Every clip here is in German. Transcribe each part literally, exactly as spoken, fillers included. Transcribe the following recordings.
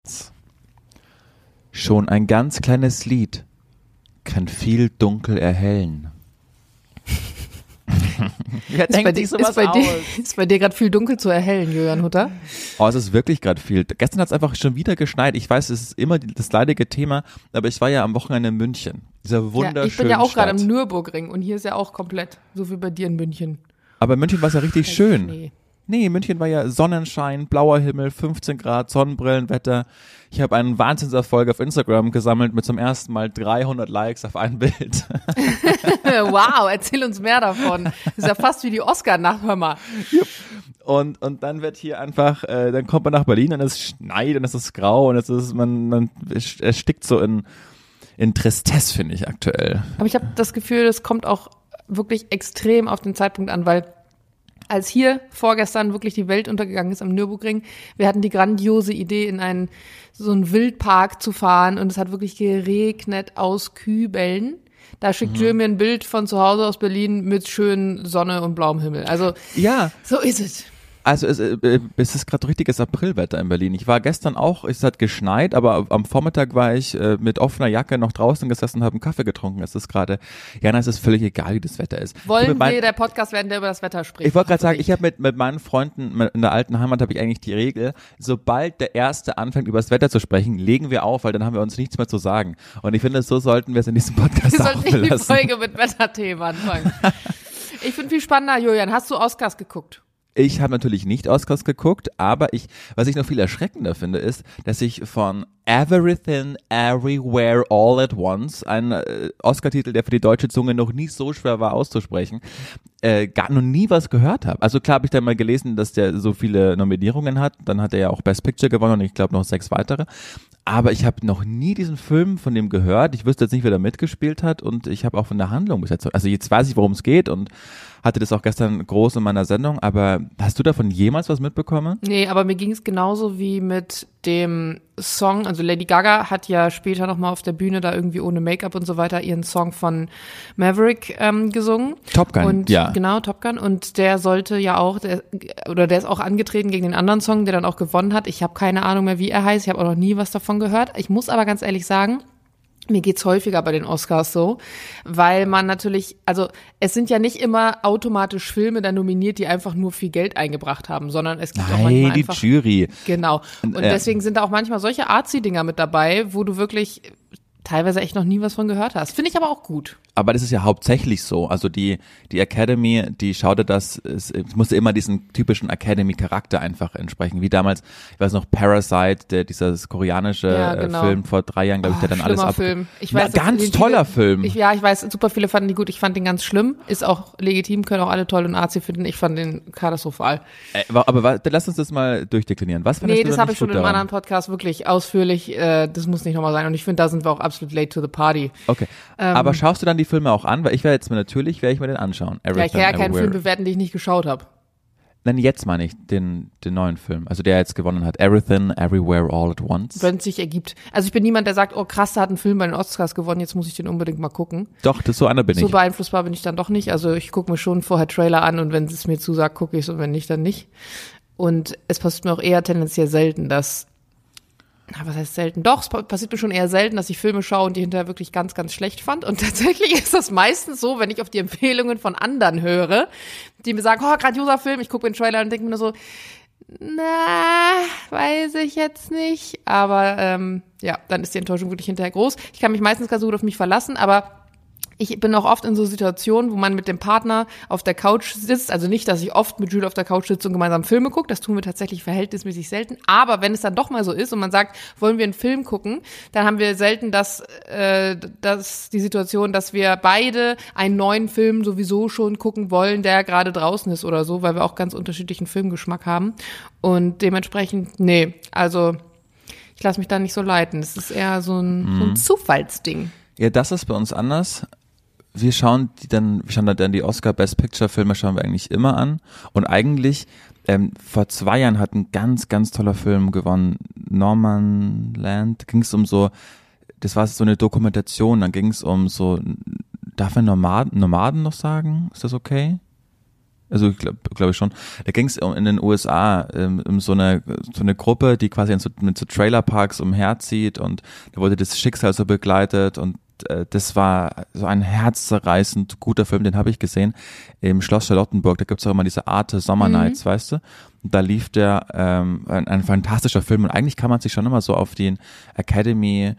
Schon ein ganz kleines Lied kann viel Dunkel erhellen. Wer ist, bei, ist, bei dir, ist bei dir gerade viel dunkel zu erhellen, Julian Hutter? Oh, es ist wirklich gerade viel. Gestern hat es einfach schon wieder geschneit. Ich weiß, es ist immer das leidige Thema, aber ich war ja am Wochenende in München. Dieser wunderschönen ja, ich bin ja auch gerade Stadt. am Nürburgring und hier ist ja auch komplett, so wie bei dir in München. Aber München war es ja richtig Kein schön. Schnee. Nee, München war ja Sonnenschein, blauer Himmel, fünfzehn Grad, Sonnenbrillenwetter. Ich habe einen Wahnsinnserfolg auf Instagram gesammelt mit zum ersten Mal dreihundert Likes auf ein Bild. Wow, erzähl uns mehr davon. Das ist ja fast wie die Oscar-Nacht, hör mal. Und, und dann wird hier einfach, äh, dann kommt man nach Berlin und es schneit und es ist grau und es ist, man, man erstickt so in, in Tristesse, finde ich aktuell. Aber ich habe das Gefühl, es kommt auch wirklich extrem auf den Zeitpunkt an, weil als hier vorgestern wirklich die Welt untergegangen ist am Nürburgring, wir hatten die grandiose Idee, in einen so einen Wildpark zu fahren und es hat wirklich geregnet aus Kübeln. Da schickt mhm. Jill mir ein Bild von zu Hause aus Berlin mit schönen Sonne und blauem Himmel. Also ja, so ist es. Also es, es ist gerade richtiges Aprilwetter in Berlin. Ich war gestern auch, es hat geschneit, aber am Vormittag war ich äh, mit offener Jacke noch draußen gesessen und habe einen Kaffee getrunken. Es ist gerade, Jana, es ist völlig egal, wie das Wetter ist. Wollen mein, wir der Podcast werden, der über das Wetter spricht? Ich wollte gerade sagen, ich habe mit, mit meinen Freunden in der alten Heimat habe ich eigentlich die Regel, sobald der Erste anfängt, über das Wetter zu sprechen, legen wir auf, weil dann haben wir uns nichts mehr zu sagen. Und ich finde, so sollten wir es in diesem Podcast wir auch sollten nicht belassen. die Folge mit Wetterthemen anfangen. Ich finde viel spannender, Julian. Hast du Oscars geguckt? Ich habe natürlich nicht Oscars geguckt, aber ich, was ich noch viel erschreckender finde, ist, dass ich von Everything, Everywhere, All at Once, ein äh, Oscar-Titel, der für die deutsche Zunge noch nie so schwer war auszusprechen, äh, gar noch nie was gehört habe. Also klar habe ich dann mal gelesen, dass der so viele Nominierungen hat, dann hat er ja auch Best Picture gewonnen und ich glaube noch sechs weitere. Aber ich habe noch nie diesen Film von dem gehört. Ich wüsste jetzt nicht, wer da mitgespielt hat und ich habe auch von der Handlung bis jetzt, also jetzt weiß ich, worum es geht und hatte das auch gestern groß in meiner Sendung, aber hast du davon jemals was mitbekommen? Nee, aber mir ging es genauso wie mit dem Song, also Lady Gaga hat ja später nochmal auf der Bühne da irgendwie ohne Make-up und so weiter ihren Song von Maverick ähm, gesungen. Top Gun, und, ja. Genau, Top Gun und der sollte ja auch, der, oder der ist auch angetreten gegen den anderen Song, der dann auch gewonnen hat. Ich habe keine Ahnung mehr, wie er heißt, ich habe auch noch nie was davon gehört. Ich muss aber ganz ehrlich sagen, mir geht's häufiger bei den Oscars so, weil man natürlich, also es sind ja nicht immer automatisch Filme dann nominiert, die einfach nur viel Geld eingebracht haben, sondern es gibt Nein, auch manchmal die einfach, Jury. Genau. Und äh, deswegen sind da auch manchmal solche Artsy-Dinger mit dabei, wo du wirklich teilweise echt noch nie was von gehört hast. Finde ich aber auch gut. Aber das ist ja hauptsächlich so. Also die die Academy, die schaute das, es, es musste immer diesen typischen Academy-Charakter einfach entsprechen. Wie damals, ich weiß noch, Parasite, der dieses koreanische Ja, genau. Film vor drei Jahren, glaube ich, Oh, der dann alles ab. Film. Ich Na, weiß, dass ganz den toller viele, Film. Ich, ja, ich weiß, super viele fanden die gut. Ich fand den ganz schlimm. Ist auch legitim, können auch alle toll und artsy finden. Ich fand den katastrophal. Äh, aber aber lass uns das mal durchdeklinieren. Was fandest Nee, du das denn habe nicht ich schon gut in einem daran? anderen Podcast wirklich ausführlich. Äh, das muss nicht nochmal sein. Und ich finde, da sind wir auch absolut late to the party. Okay. Ähm, aber schaust du dann die Filme auch an? Weil ich werde jetzt mal natürlich, werde ich mir den anschauen. Ja, ich kann ja keinen Film bewerten, den ich nicht geschaut habe. Nein, jetzt meine ich den, den neuen Film. Also der jetzt gewonnen hat. Everything, Everywhere, All at Once. Wenn es sich ergibt. Also ich bin niemand, der sagt, oh krass, da hat ein Film bei den Oscars gewonnen, jetzt muss ich den unbedingt mal gucken. Doch, das so einer bin So ich. beeinflussbar bin ich dann doch nicht. Also ich gucke mir schon vorher Trailer an und wenn es mir zusagt, gucke ich es und wenn nicht, dann nicht. Und es passiert mir auch eher tendenziell selten, dass Na, was heißt selten? Doch, es passiert mir schon eher selten, dass ich Filme schaue und die hinterher wirklich ganz, ganz schlecht fand. Und tatsächlich ist das meistens so, wenn ich auf die Empfehlungen von anderen höre, die mir sagen, oh, grandioser Film, ich gucke mir den Trailer und denke mir nur so, na, weiß ich jetzt nicht. Aber ähm, ja, dann ist die Enttäuschung wirklich hinterher groß. Ich kann mich meistens ganz gut auf mich verlassen, aber ich bin auch oft in so Situationen, wo man mit dem Partner auf der Couch sitzt. Also nicht, dass ich oft mit Jules auf der Couch sitze und gemeinsam Filme gucke. Das tun wir tatsächlich verhältnismäßig selten. Aber wenn es dann doch mal so ist und man sagt, wollen wir einen Film gucken, dann haben wir selten das, äh, das die Situation, dass wir beide einen neuen Film sowieso schon gucken wollen, der gerade draußen ist oder so, weil wir auch ganz unterschiedlichen Filmgeschmack haben. Und dementsprechend, nee, also ich lasse mich da nicht so leiten. Es ist eher so ein, mhm. so ein Zufallsding. Ja, das ist bei uns anders. Wir schauen die dann, wir schauen dann die Oscar Best Picture Filme schauen wir eigentlich immer an und eigentlich ähm, vor zwei Jahren hat ein ganz, ganz toller Film gewonnen, Norman Land, ging es um so, das war so eine Dokumentation, dann ging es um so, darf man Nomaden, Nomaden noch sagen? Ist das okay? Also ich glaube glaub ich schon. Da ging es in den U S A ähm, um so eine so eine Gruppe, die quasi in so, mit so Trailerparks umherzieht und da wurde das Schicksal so begleitet und äh, das war so ein herzzerreißend guter Film, den habe ich gesehen im Schloss Charlottenburg. Da gibt es auch immer diese Arte Summer Nights, mhm. weißt du? Und da lief der ähm, ein, ein fantastischer Film und eigentlich kann man sich schon immer so auf den Academy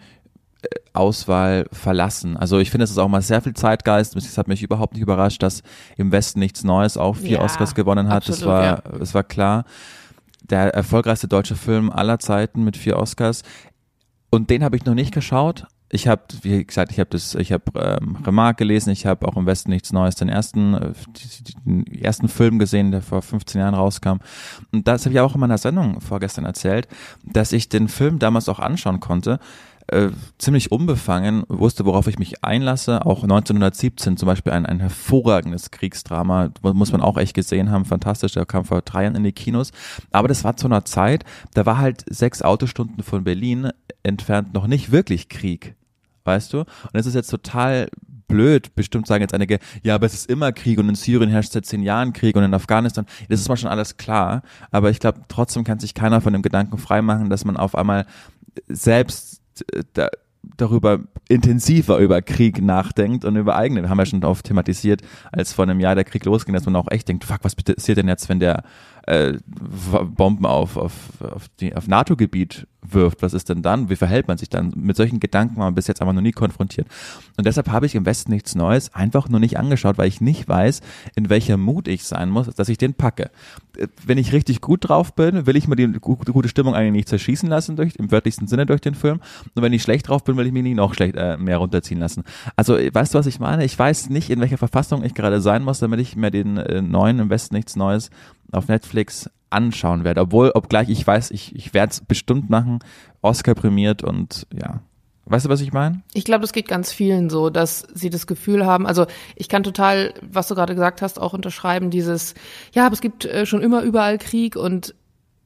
Auswahl verlassen. Also ich finde, es ist auch mal sehr viel Zeitgeist. Es hat mich überhaupt nicht überrascht, dass im Westen nichts Neues auch vier ja, Oscars gewonnen hat. Absolut, das war, ja. das war klar. Der erfolgreichste deutsche Film aller Zeiten mit vier Oscars. Und den habe ich noch nicht geschaut. Ich habe, wie gesagt, ich habe das, ich habe ähm, Remarque gelesen. Ich habe auch im Westen nichts Neues den ersten, äh, den ersten Film gesehen, der vor fünfzehn Jahren rauskam. Und das habe ich auch in meiner Sendung vorgestern erzählt, dass ich den Film damals auch anschauen konnte. Äh, ziemlich unbefangen, wusste, worauf ich mich einlasse. Auch neunzehnhundertsiebzehn zum Beispiel ein, ein hervorragendes Kriegsdrama, muss man auch echt gesehen haben, fantastisch, der kam vor drei Jahren in die Kinos. Aber das war zu einer Zeit, da war halt sechs Autostunden von Berlin entfernt noch nicht wirklich Krieg, weißt du? Und es ist jetzt total blöd, bestimmt sagen jetzt einige, ja, aber es ist immer Krieg und in Syrien herrscht seit zehn Jahren Krieg und in Afghanistan, das ist mal schon alles klar, aber ich glaube, trotzdem kann sich keiner von dem Gedanken freimachen, dass man auf einmal selbst Da, darüber intensiver über Krieg nachdenkt und über eigene. Wir haben ja schon oft thematisiert, als vor einem Jahr der Krieg losging, dass man auch echt denkt, fuck, was passiert denn jetzt, wenn der äh, Bomben auf, auf, auf, die, auf NATO-Gebiet wirft? Was ist denn dann? Wie verhält man sich dann? Mit solchen Gedanken war man bis jetzt aber noch nie konfrontiert. Und deshalb habe ich im Westen nichts Neues einfach nur nicht angeschaut, weil ich nicht weiß, in welcher Mut ich sein muss, dass ich den packe. Wenn ich richtig gut drauf bin, will ich mir die gute Stimmung eigentlich nicht zerschießen lassen, durch, im wörtlichsten Sinne durch den Film. Und wenn ich schlecht drauf bin, will ich mich nicht noch schlecht äh, mehr runterziehen lassen. Also weißt du, was ich meine? Ich weiß nicht, in welcher Verfassung ich gerade sein muss, damit ich mir den äh, neuen im Westen nichts Neues auf Netflix anschauen werde. Obwohl, obgleich ich weiß, ich, ich werde es bestimmt machen, Oscar prämiert und ja. Weißt du, was ich meine? Ich glaube, das geht ganz vielen so, dass sie das Gefühl haben, also ich kann total, was du gerade gesagt hast, auch unterschreiben, dieses, ja, aber es gibt äh, schon immer überall Krieg und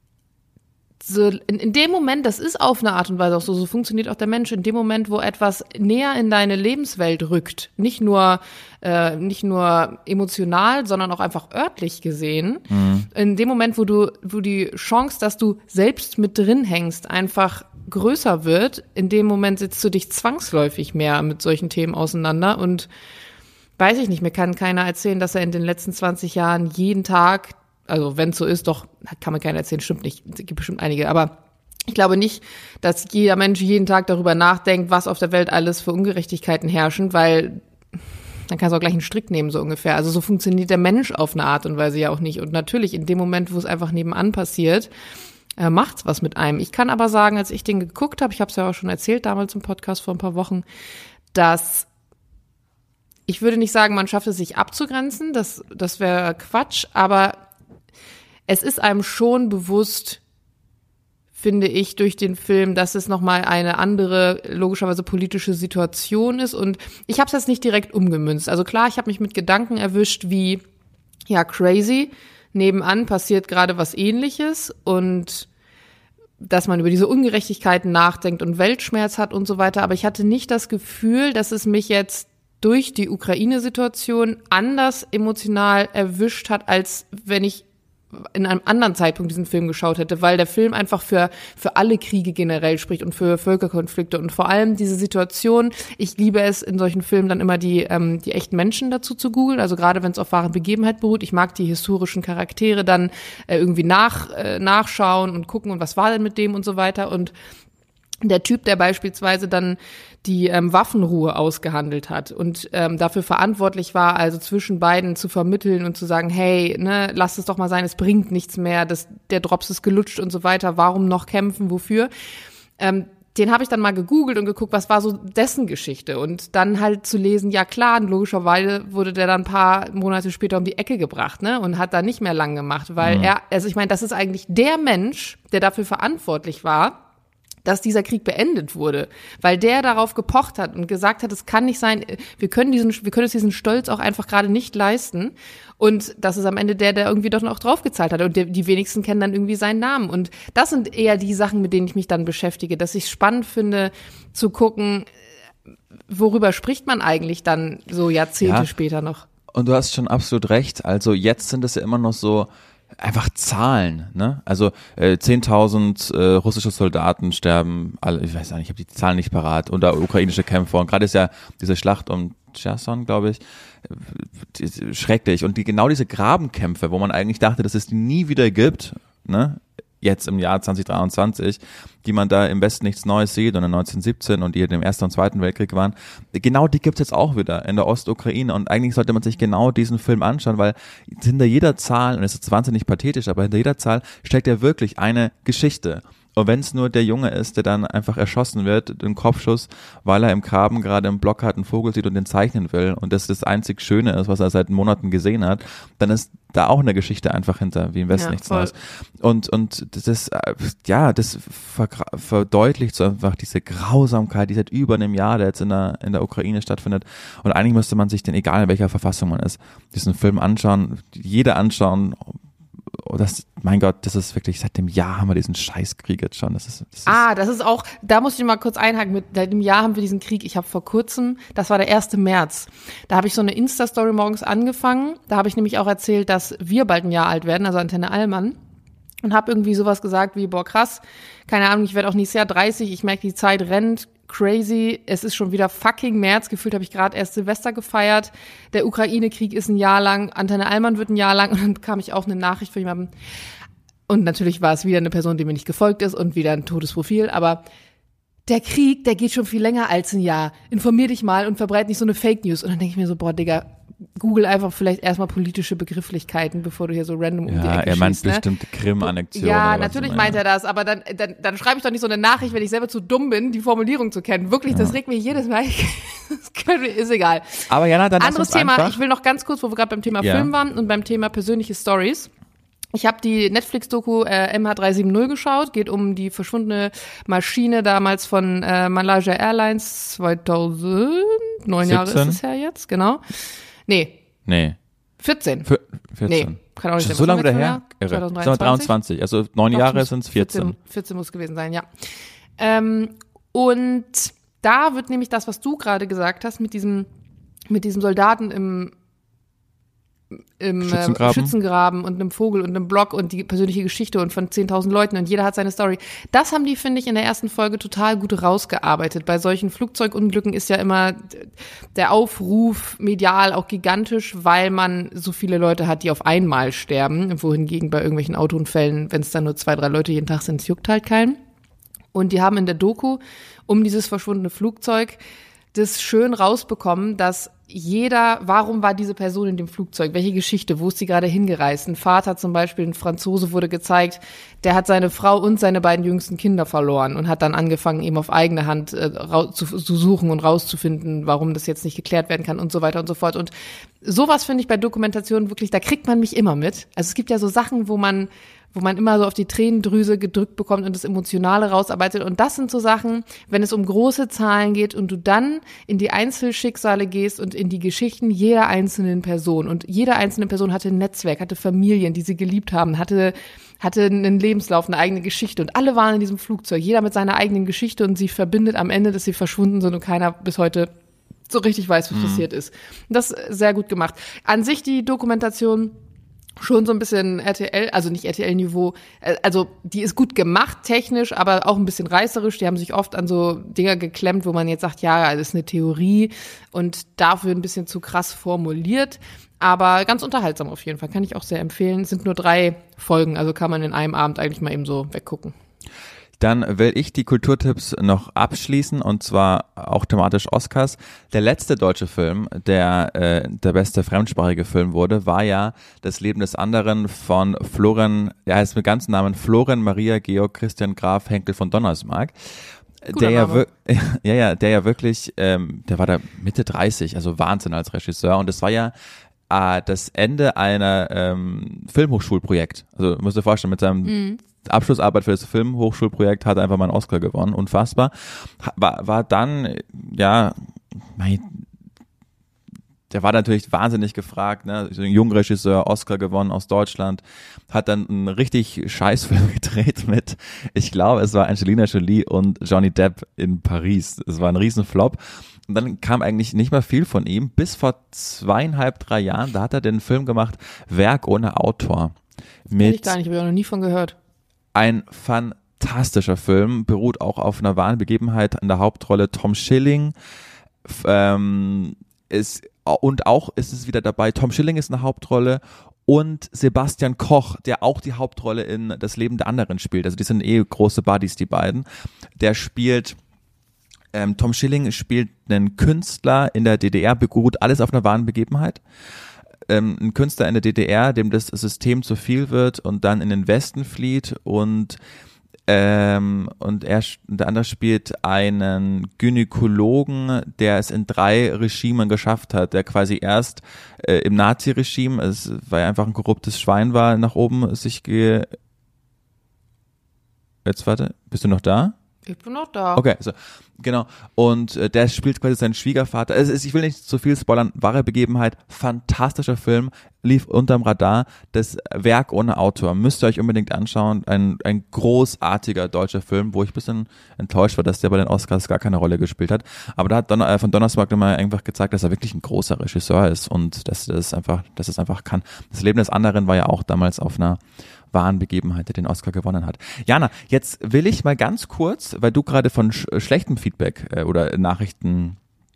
so in, in dem Moment, das ist auf eine Art und Weise auch so, so funktioniert auch der Mensch, in dem Moment, wo etwas näher in deine Lebenswelt rückt, nicht nur äh, nicht nur emotional, sondern auch einfach örtlich gesehen, mhm. in dem Moment, wo du wo die Chance, dass du selbst mit drin hängst, einfach größer wird, in dem Moment setzt du dich zwangsläufig mehr mit solchen Themen auseinander und weiß ich nicht, mir kann keiner erzählen, dass er in den letzten zwanzig Jahren jeden Tag, also wenn es so ist, doch, kann mir keiner erzählen, stimmt nicht, es gibt bestimmt einige, aber ich glaube nicht, dass jeder Mensch jeden Tag darüber nachdenkt, was auf der Welt alles für Ungerechtigkeiten herrschen, weil dann kannst du auch gleich einen Strick nehmen, so ungefähr. Also so funktioniert der Mensch auf eine Art und Weise ja auch nicht. Und natürlich in dem Moment, wo es einfach nebenan passiert, äh, macht's was mit einem. Ich kann aber sagen, als ich den geguckt habe, ich habe es ja auch schon erzählt damals im Podcast vor ein paar Wochen, dass ich würde nicht sagen, man schafft es sich abzugrenzen, das, das wäre Quatsch, aber es ist einem schon bewusst, finde ich, durch den Film, dass es nochmal eine andere, logischerweise politische Situation ist. Und ich habe es jetzt nicht direkt umgemünzt. Also klar, ich habe mich mit Gedanken erwischt wie, ja, crazy, nebenan passiert gerade was Ähnliches und dass man über diese Ungerechtigkeiten nachdenkt und Weltschmerz hat und so weiter. Aber ich hatte nicht das Gefühl, dass es mich jetzt durch die Ukraine-Situation anders emotional erwischt hat, als wenn ich in einem anderen Zeitpunkt diesen Film geschaut hätte, weil der Film einfach für für alle Kriege generell spricht und für Völkerkonflikte und vor allem diese Situation. Ich liebe es, in solchen Filmen dann immer die ähm, die echten Menschen dazu zu googeln, also gerade wenn es auf wahren Begebenheit beruht. Ich mag die historischen Charaktere dann äh, irgendwie nach äh, nachschauen und gucken und was war denn mit dem und so weiter und der Typ, der beispielsweise dann die ähm, Waffenruhe ausgehandelt hat und ähm, dafür verantwortlich war, also zwischen beiden zu vermitteln und zu sagen, hey, ne, lass es doch mal sein, es bringt nichts mehr, das, der Drops ist gelutscht und so weiter, warum noch kämpfen, wofür? Ähm, den habe ich dann mal gegoogelt und geguckt, was war so dessen Geschichte und dann halt zu lesen, ja klar, logischerweise wurde der dann ein paar Monate später um die Ecke gebracht, ne, und hat da nicht mehr lang gemacht, weil mhm. er, also ich meine, das ist eigentlich der Mensch, der dafür verantwortlich war, dass dieser Krieg beendet wurde, weil der darauf gepocht hat und gesagt hat, es kann nicht sein, wir können diesen, wir können uns diesen Stolz auch einfach gerade nicht leisten und das ist am Ende der, der irgendwie doch noch draufgezahlt hat und der, die wenigsten kennen dann irgendwie seinen Namen und das sind eher die Sachen, mit denen ich mich dann beschäftige, dass ich es spannend finde, zu gucken, worüber spricht man eigentlich dann so Jahrzehnte ja. später noch. Und du hast schon absolut recht. Also jetzt sind es ja immer noch so einfach Zahlen, ne? Also äh, zehntausend äh, russische Soldaten sterben, alle, ich weiß nicht, ich habe die Zahlen nicht parat, unter ukrainische Kämpfer. Und gerade ist ja diese Schlacht um Cherson, glaube ich, äh, schrecklich. Und die genau diese Grabenkämpfe, wo man eigentlich dachte, dass es die nie wieder gibt, ne? Jetzt im Jahr zwanzig dreiundzwanzig, die man da im Westen nichts Neues sieht und in neunzehnhundertsiebzehn und die im Ersten und Zweiten Weltkrieg waren, genau die gibt's jetzt auch wieder in der Ostukraine und eigentlich sollte man sich genau diesen Film anschauen, weil hinter jeder Zahl, und es ist wahnsinnig pathetisch, aber hinter jeder Zahl steckt ja wirklich eine Geschichte. Und wenn es nur der Junge ist, der dann einfach erschossen wird, den Kopfschuss, weil er im Graben gerade im Block hat, einen Vogel sieht und den zeichnen will und das das einzig Schöne ist, was er seit Monaten gesehen hat, dann ist da auch eine Geschichte einfach hinter, wie im Westen ja, nichts Neues. Und, und das, ja, das verdeutlicht so einfach diese Grausamkeit, die seit über einem Jahr, der jetzt in der, in der Ukraine stattfindet. Und eigentlich müsste man sich den, egal in welcher Verfassung man ist, diesen Film anschauen, jeder anschauen. Das, mein Gott, das ist wirklich, seit dem Jahr haben wir diesen Scheißkrieg jetzt schon. Das ist, das ist ah, das ist auch, da muss ich mal kurz einhaken, mit, seit dem Jahr haben wir diesen Krieg. Ich habe vor kurzem, das war der erste März, da habe ich so eine Insta-Story morgens angefangen. Da habe ich nämlich auch erzählt, dass wir bald ein Jahr alt werden, also Antenne Allmann. Und habe irgendwie sowas gesagt wie, boah krass, keine Ahnung, ich werde auch nächstes Jahr dreißig, ich merke, die Zeit rennt, crazy, es ist schon wieder fucking März, gefühlt habe ich gerade erst Silvester gefeiert, der Ukraine-Krieg ist ein Jahr lang, Antenne Allmann wird ein Jahr lang und dann bekam ich auch eine Nachricht von jemandem und natürlich war es wieder eine Person, die mir nicht gefolgt ist und wieder ein totes Profil, aber der Krieg, der geht schon viel länger als ein Jahr, informier dich mal und verbreite nicht so eine Fake News und dann denke ich mir so, boah Digga, Google einfach vielleicht erstmal politische Begrifflichkeiten, bevor du hier so random um ja, die Ecke er meint schießt, ne? bestimmte Krim-Annexionen. Ja, oder natürlich was meint er das, aber dann, dann, dann schreibe ich doch nicht so eine Nachricht, wenn ich selber zu dumm bin, die Formulierung zu kennen. Wirklich, ja. Das regt mich jedes Mal. Das ist egal. Aber Jana, dann anderes Thema, einfach. Ich will noch ganz kurz, wo wir gerade beim Thema ja. Film waren und beim Thema persönliche Stories. Ich habe die Netflix-Doku äh, M H drei sieben null geschaut, geht um die verschwundene Maschine damals von äh, Malaysia Airlines zweitausend, neun Jahre ist es her jetzt, genau. Nee. Nee. vierzehn. F- vierzehn. Nee, kann auch nicht sein. So lange wieder her? Irre. zwanzig dreiundzwanzig, also neun Doch, Jahre muss, sind es vierzehn. vierzehn. vierzehn muss gewesen sein, ja. Ähm, und da wird nämlich das, was du gerade gesagt hast, mit diesem, mit diesem Soldaten im im Schützengraben. Äh, Schützengraben und einem Vogel und einem Block und die persönliche Geschichte und von zehntausend Leuten und jeder hat seine Story. Das haben die, finde ich, in der ersten Folge total gut rausgearbeitet. Bei solchen Flugzeugunglücken ist ja immer der Aufruf medial auch gigantisch, weil man so viele Leute hat, die auf einmal sterben, wohingegen bei irgendwelchen Autounfällen, wenn es dann nur zwei, drei Leute jeden Tag sind, es juckt halt keinen. Und die haben in der Doku um dieses verschwundene Flugzeug das schön rausbekommen, dass jeder, warum war diese Person in dem Flugzeug? Welche Geschichte? Wo ist sie gerade hingereist? Ein Vater zum Beispiel, ein Franzose wurde gezeigt, der hat seine Frau und seine beiden jüngsten Kinder verloren und hat dann angefangen, eben auf eigene Hand äh, raus, zu, zu suchen und rauszufinden, warum das jetzt nicht geklärt werden kann und so weiter und so fort. Und sowas finde ich bei Dokumentationen wirklich, da kriegt man mich immer mit. Also es gibt ja so Sachen, wo man wo man immer so auf die Tränendrüse gedrückt bekommt und das Emotionale rausarbeitet. Und das sind so Sachen, wenn es um große Zahlen geht und du dann in die Einzelschicksale gehst und in die Geschichten jeder einzelnen Person. Und jede einzelne Person hatte ein Netzwerk, hatte Familien, die sie geliebt haben, hatte hatte einen Lebenslauf, eine eigene Geschichte. Und alle waren in diesem Flugzeug, jeder mit seiner eigenen Geschichte und sie verbindet am Ende, dass sie verschwunden sind und keiner bis heute so richtig weiß, was mhm. passiert ist. Und das ist sehr gut gemacht. An sich die Dokumentation schon so ein bisschen R T L, also nicht R T L-Niveau, also die ist gut gemacht technisch, aber auch ein bisschen reißerisch. Die haben sich oft an so Dinger geklemmt, wo man jetzt sagt, ja, das ist eine Theorie und dafür ein bisschen zu krass formuliert, aber ganz unterhaltsam auf jeden Fall, kann ich auch sehr empfehlen. Es sind nur drei Folgen, also kann man in einem Abend eigentlich mal eben so weggucken. Dann will ich die Kulturtipps noch abschließen und zwar auch thematisch Oscars. Der letzte deutsche Film, der äh, der beste fremdsprachige Film wurde, war ja Das Leben des anderen von Florian, der heißt mit ganzen Namen Florian Maria Georg Christian Graf Henckel von Donnersmarck. Der ja, wir, ja, ja, der ja wirklich, ähm, der war da Mitte dreißig, also Wahnsinn als Regisseur und das war ja äh, das Ende einer ähm, Filmhochschulprojekt. Also musst du dir vorstellen, mit seinem mhm. Abschlussarbeit für das Filmhochschulprojekt hat er einfach mal einen Oscar gewonnen, unfassbar. War, war dann, ja, mein, der war natürlich wahnsinnig gefragt, ne? So ein junger Regisseur, Oscar gewonnen aus Deutschland, hat dann einen richtig Scheißfilm gedreht mit, ich glaube, es war Angelina Jolie und Johnny Depp in Paris. Es war ein Riesenflop. Und dann kam eigentlich nicht mehr viel von ihm, bis vor zweieinhalb, drei Jahren, da hat er den Film gemacht, Werk ohne Autor. Mit ich gar nicht, habe ich auch noch nie von gehört. Ein fantastischer Film, beruht auch auf einer wahren Begebenheit, in der Hauptrolle Tom Schilling, ähm, ist und auch ist es wieder dabei, Tom Schilling ist eine Hauptrolle und Sebastian Koch, der auch die Hauptrolle in Das Leben der anderen spielt. Also die sind eh große Buddies, die beiden. Der spielt, ähm, Tom Schilling spielt einen Künstler in der D D R, beruht alles auf einer wahren Begebenheit. Ähm, ein Künstler in der D D R, dem das System zu viel wird und dann in den Westen flieht und Ähm, und er, der andere spielt einen Gynäkologen, der es in drei Regimen geschafft hat, der quasi erst äh, im Nazi-Regime, es weil er einfach ein korruptes Schwein war, nach oben sich ge... Jetzt warte, bist du noch da? Ich bin noch da. Okay, so, genau. Und äh, der spielt quasi seinen Schwiegervater. Also ich will nicht zu viel spoilern. Wahre Begebenheit, fantastischer Film, lief unterm Radar. Das Werk ohne Autor müsst ihr euch unbedingt anschauen. Ein ein großartiger deutscher Film, wo ich ein bisschen enttäuscht war, dass der bei den Oscars gar keine Rolle gespielt hat. Aber da hat Don äh, von Donnersmarck nochmal einfach gezeigt, dass er wirklich ein großer Regisseur ist und dass das einfach, dass es einfach kann. Das Leben des anderen war ja auch damals auf einer wahren Begebenheit, der den Oscar gewonnen hat. Jana, jetzt will ich mal ganz kurz, weil du gerade von sch schlechtem Feedback äh, oder Nachrichten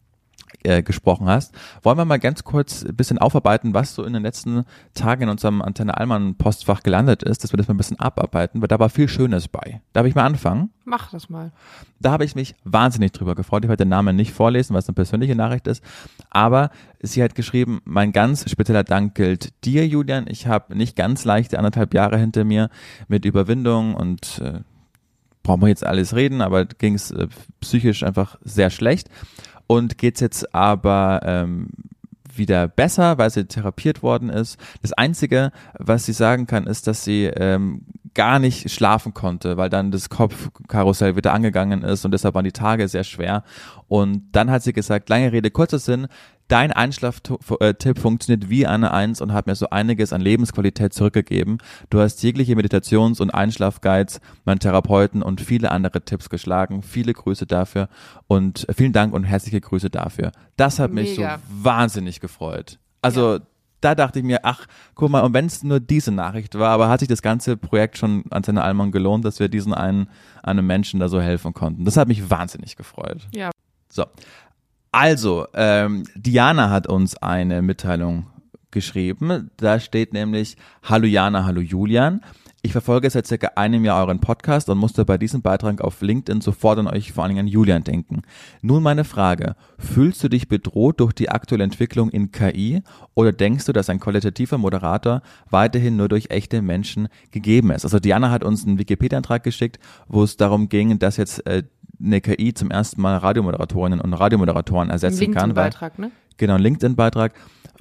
äh, gesprochen hast, wollen wir mal ganz kurz ein bisschen aufarbeiten, was so in den letzten Tagen in unserem Antenne Allmann Postfach gelandet ist, dass wir das mal ein bisschen abarbeiten, weil da war viel Schönes bei. Darf ich mal anfangen? Mach das mal. Da habe ich mich wahnsinnig drüber gefreut. Ich werde den Namen nicht vorlesen, weil es eine persönliche Nachricht ist. Aber sie hat geschrieben, mein ganz spezieller Dank gilt dir, Julian. Ich habe nicht ganz leichte anderthalb Jahre hinter mir mit Überwindung und äh, brauchen wir jetzt alles reden, aber ging es äh, psychisch einfach sehr schlecht. Und geht's jetzt aber ähm, wieder besser, weil sie therapiert worden ist. Das Einzige, was sie sagen kann, ist, dass sie ähm, gar nicht schlafen konnte, weil dann das Kopfkarussell wieder angegangen ist und deshalb waren die Tage sehr schwer. Und dann hat sie gesagt, lange Rede, kurzer Sinn, dein Einschlaftipp funktioniert wie eine Eins und hat mir so einiges an Lebensqualität zurückgegeben. Du hast jegliche Meditations- und Einschlafguides, meinen Therapeuten und viele andere Tipps geschlagen. Viele Grüße dafür und vielen Dank und herzliche Grüße dafür. Das hat mich Mega. so wahnsinnig gefreut. Also ja. Da dachte ich mir, ach, guck mal, und wenn es nur diese Nachricht war, aber hat sich das ganze Projekt schon an Antenne Allmann gelohnt, dass wir diesen einen, einem Menschen da so helfen konnten. Das hat mich wahnsinnig gefreut. Ja. So. Also, ähm, Diana hat uns eine Mitteilung geschrieben. Da steht nämlich, hallo Jana, hallo Julian. Ich verfolge seit circa einem Jahr euren Podcast und musste bei diesem Beitrag auf LinkedIn sofort an euch, vor allen Dingen an Julian, denken. Nun meine Frage, fühlst du dich bedroht durch die aktuelle Entwicklung in K I oder denkst du, dass ein qualitativer Moderator weiterhin nur durch echte Menschen gegeben ist? Also Diana hat uns einen Wikipedia-Eintrag geschickt, wo es darum ging, dass jetzt äh, eine K I zum ersten Mal Radiomoderatorinnen und Radiomoderatoren ersetzen kann. LinkedIn-Beitrag, ne? Genau, ein LinkedIn-Beitrag,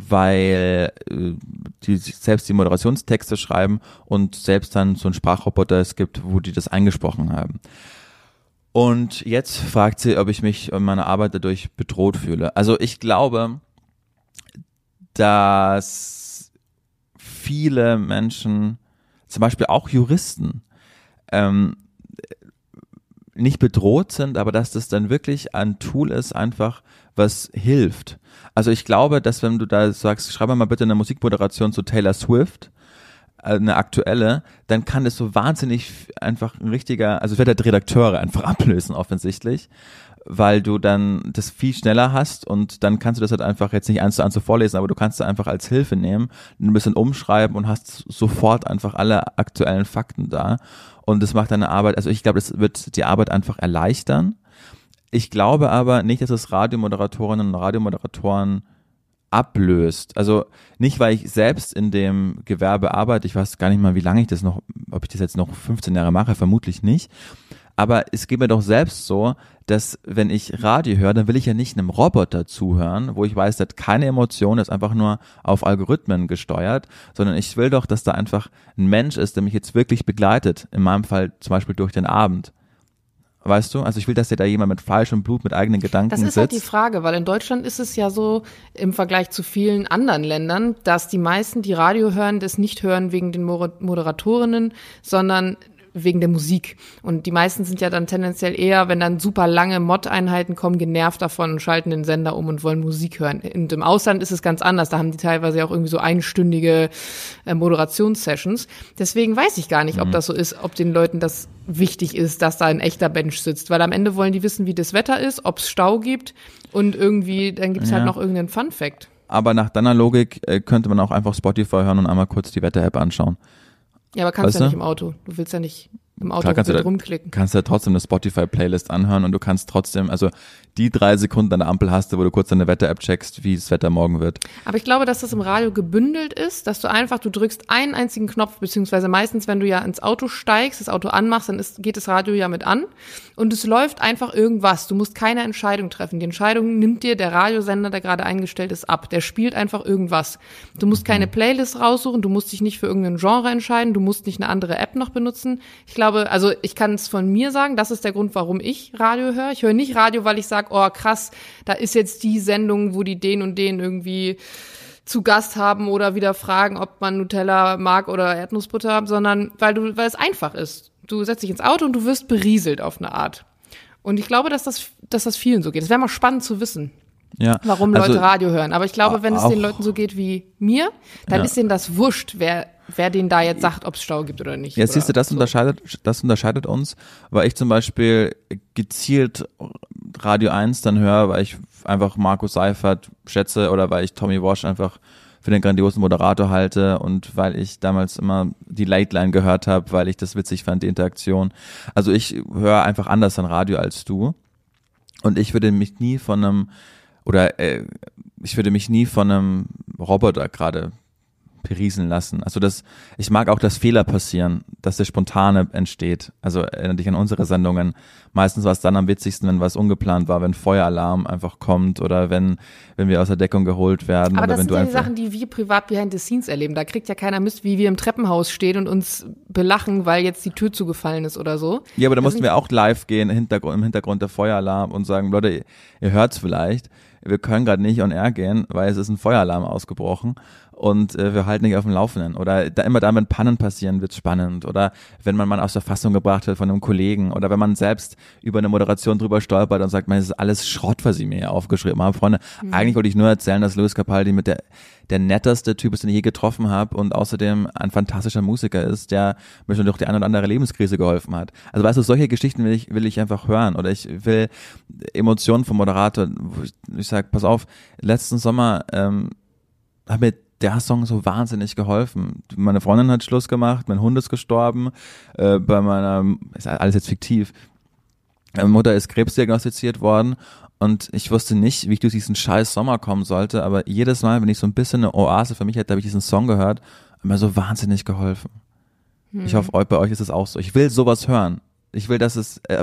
weil äh, die selbst die Moderationstexte schreiben und selbst dann so einen Sprachroboter es gibt, wo die das eingesprochen haben. Und jetzt fragt sie, ob ich mich in meiner Arbeit dadurch bedroht fühle. Also ich glaube, dass viele Menschen, zum Beispiel auch Juristen, ähm, nicht bedroht sind, aber dass das dann wirklich ein Tool ist, einfach was hilft. Also ich glaube, dass wenn du da sagst, schreib mal bitte eine Musikmoderation zu Taylor Swift, eine aktuelle, dann kann das so wahnsinnig einfach ein richtiger, also es wird halt Redakteure einfach ablösen offensichtlich, weil du dann das viel schneller hast und dann kannst du das halt einfach jetzt nicht eins zu eins so vorlesen, aber du kannst es einfach als Hilfe nehmen, ein bisschen umschreiben und hast sofort einfach alle aktuellen Fakten da und das macht deine Arbeit, also ich glaube, das wird die Arbeit einfach erleichtern. Ich glaube aber nicht, dass es Radiomoderatorinnen und Radiomoderatoren ablöst. Also nicht, weil ich selbst in dem Gewerbe arbeite, ich weiß gar nicht mal, wie lange ich das noch, ob ich das jetzt noch fünfzehn Jahre mache, vermutlich nicht. Aber es geht mir doch selbst so, dass wenn ich Radio höre, dann will ich ja nicht einem Roboter zuhören, wo ich weiß, der hat keine Emotion, der ist einfach nur auf Algorithmen gesteuert, sondern ich will doch, dass da einfach ein Mensch ist, der mich jetzt wirklich begleitet, in meinem Fall zum Beispiel durch den Abend. Weißt du? Also ich will, dass da jemand mit Fleisch und Blut, mit eigenen Gedanken sitzt. Das ist halt die Frage, weil in Deutschland ist es ja so im Vergleich zu vielen anderen Ländern, dass die meisten, die Radio hören, das nicht hören wegen den Moderatorinnen, sondern wegen der Musik. Und die meisten sind ja dann tendenziell eher, wenn dann super lange Mod-Einheiten kommen, genervt davon und schalten den Sender um und wollen Musik hören. Und im Ausland ist es ganz anders. Da haben die teilweise auch irgendwie so einstündige äh, Moderationssessions. Deswegen weiß ich gar nicht, mhm. ob das so ist, ob den Leuten das wichtig ist, dass da ein echter Mensch sitzt. Weil am Ende wollen die wissen, wie das Wetter ist, ob es Stau gibt und irgendwie, dann gibt es ja. halt noch irgendeinen Fun-Fact. Aber nach deiner Logik äh, könnte man auch einfach Spotify hören und einmal kurz die Wetter-App anschauen. Ja, aber kannst weißt du ja du? nicht im Auto. Du willst ja nicht im Auto Klar, kannst du da, rumklicken. Kannst ja trotzdem eine Spotify-Playlist anhören und du kannst trotzdem, also die drei Sekunden an der Ampel hast du, wo du kurz deine Wetter-App checkst, wie das Wetter morgen wird. Aber ich glaube, dass das im Radio gebündelt ist, dass du einfach, du drückst einen einzigen Knopf, beziehungsweise meistens, wenn du ja ins Auto steigst, das Auto anmachst, dann ist, geht das Radio ja mit an und es läuft einfach irgendwas. Du musst keine Entscheidung treffen. Die Entscheidung nimmt dir der Radiosender, der gerade eingestellt ist, ab. Der spielt einfach irgendwas. Du musst keine Playlist raussuchen, du musst dich nicht für irgendein Genre entscheiden, du musst nicht eine andere App noch benutzen. Ich glaube, also ich kann es von mir sagen, das ist der Grund, warum ich Radio höre. Ich höre nicht Radio, weil ich sage, oh krass, da ist jetzt die Sendung, wo die den und den irgendwie zu Gast haben oder wieder fragen, ob man Nutella mag oder Erdnussbutter, sondern weil du, weil es einfach ist. Du setzt dich ins Auto und du wirst berieselt auf eine Art. Und ich glaube, dass das, dass das vielen so geht. Es wäre mal spannend zu wissen, ja, warum Leute also, Radio hören. Aber ich glaube, wenn es den Leuten so geht wie mir, dann ja. ist denen das wurscht, wer wer denen da jetzt sagt, ob es Stau gibt oder nicht. Jetzt siehst du, das so. unterscheidet, das unterscheidet uns, weil ich zum Beispiel gezielt Radio eins dann höre, weil ich einfach Markus Seifert schätze oder weil ich Tommy Walsh einfach für den grandiosen Moderator halte und weil ich damals immer die Late Line gehört habe, weil ich das witzig fand, die Interaktion. Also ich höre einfach anders an Radio als du und ich würde mich nie von einem oder äh, ich würde mich nie von einem Roboter gerade berieseln lassen. Also das, ich mag auch, dass Fehler passieren, dass der Spontane entsteht. Also erinnere dich an unsere Sendungen. Meistens war es dann am witzigsten, wenn was ungeplant war, wenn Feueralarm einfach kommt oder wenn wenn wir aus der Deckung geholt werden. Aber oder das wenn sind du ja die einfach Sachen, die wir privat behind the scenes erleben. Da kriegt ja keiner Mist, wie wir im Treppenhaus stehen und uns belachen, weil jetzt die Tür zugefallen ist oder so. Ja, aber da mussten wir auch live gehen, im Hintergrund, im Hintergrund der Feueralarm und sagen, Leute, ihr, ihr hört's vielleicht, wir können gerade nicht on air gehen, weil es ist ein Feueralarm ausgebrochen. Und äh, wir halten nicht auf dem Laufenden. Oder da, immer da, wenn Pannen passieren, wird's spannend. Oder wenn man mal aus der Fassung gebracht wird von einem Kollegen. Oder wenn man selbst über eine Moderation drüber stolpert und sagt, man, das ist alles Schrott, was ich mir hier aufgeschrieben habe. Freunde, mhm. eigentlich wollte ich nur erzählen, dass Lewis Capaldi mit der der netteste Typ ist, den ich je getroffen habe und außerdem ein fantastischer Musiker ist, der mir schon durch die eine oder andere Lebenskrise geholfen hat. Also weißt du, solche Geschichten will ich will ich einfach hören. Oder ich will Emotionen vom Moderator, wo ich, ich sage, pass auf, letzten Sommer ähm, hat mir der Song so wahnsinnig geholfen. Meine Freundin hat Schluss gemacht, mein Hund ist gestorben, äh, bei meiner, ist alles jetzt fiktiv, meine Mutter ist krebsdiagnostiziert worden und ich wusste nicht, wie ich durch diesen scheiß Sommer kommen sollte, aber jedes Mal, wenn ich so ein bisschen eine Oase für mich hätte, habe ich diesen Song gehört und mir so wahnsinnig geholfen. Hm. Ich hoffe, bei euch ist es auch so. Ich will sowas hören. Ich will, dass es, äh,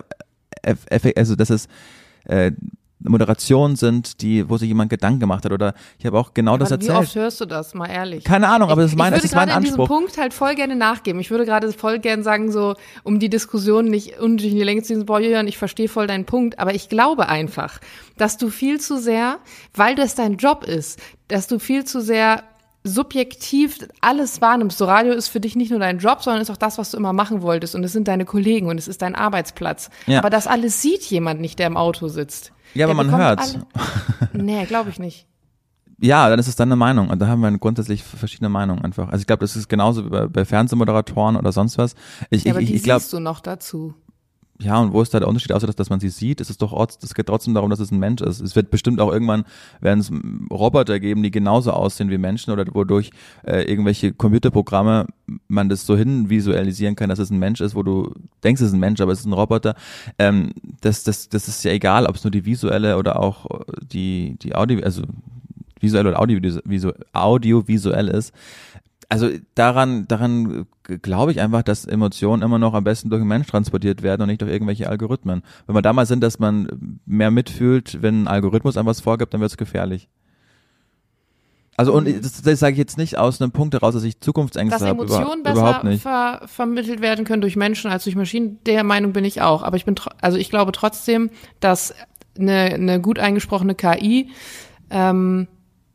äh, also dass es, äh, Moderationen sind, die, wo sich jemand Gedanken gemacht hat oder ich habe auch genau aber das erzählt. Wie oft hörst du das, mal ehrlich? Keine Ahnung, aber das ist mein, das ist mein Anspruch. Ich würde gerade in diesem Punkt halt voll gerne nachgeben. Ich würde gerade voll gerne sagen, so, um die Diskussion nicht unnötig in die Länge zu ziehen, boah, Julian, ich verstehe voll deinen Punkt, aber ich glaube einfach, dass du viel zu sehr, weil das dein Job ist, dass du viel zu sehr subjektiv alles wahrnimmst. So, Radio ist für dich nicht nur dein Job, sondern ist auch das, was du immer machen wolltest und es sind deine Kollegen und es ist dein Arbeitsplatz. Ja. Aber das alles sieht jemand nicht, der im Auto sitzt. Ja, aber man hört's. Nee, glaube ich nicht. Ja, dann ist es deine Meinung und da haben wir grundsätzlich verschiedene Meinungen einfach. Also ich glaube, das ist genauso wie bei, bei Fernsehmoderatoren oder sonst was. Ich, ja, aber ich, die ich glaub, siehst du noch dazu. Ja, und wo ist da der Unterschied, außer dass, dass man sie sieht? Es ist doch, es geht trotzdem darum, dass es ein Mensch ist. Es wird bestimmt auch irgendwann, werden es Roboter geben, die genauso aussehen wie Menschen oder wodurch äh, irgendwelche Computerprogramme man das so hin visualisieren kann, dass es ein Mensch ist, wo du denkst, es ist ein Mensch, aber es ist ein Roboter. Ähm, das, das, das ist ja egal, ob es nur die visuelle oder auch die, die Audio, also visuell oder audiovisuell, audiovisuell ist. Also daran, daran glaube ich einfach, dass Emotionen immer noch am besten durch einen Mensch transportiert werden und nicht durch irgendwelche Algorithmen. Wenn wir damals sind, dass man mehr mitfühlt, wenn ein Algorithmus einem was vorgibt, dann wird es gefährlich. Also und das, das sage ich jetzt nicht aus einem Punkt heraus, dass ich Zukunftsängste Dass habe. Emotionen Über, besser überhaupt nicht. Ver, vermittelt werden können durch Menschen als durch Maschinen, der Meinung bin ich auch. Aber ich bin, also ich glaube trotzdem, dass eine, eine gut eingesprochene K I, ähm,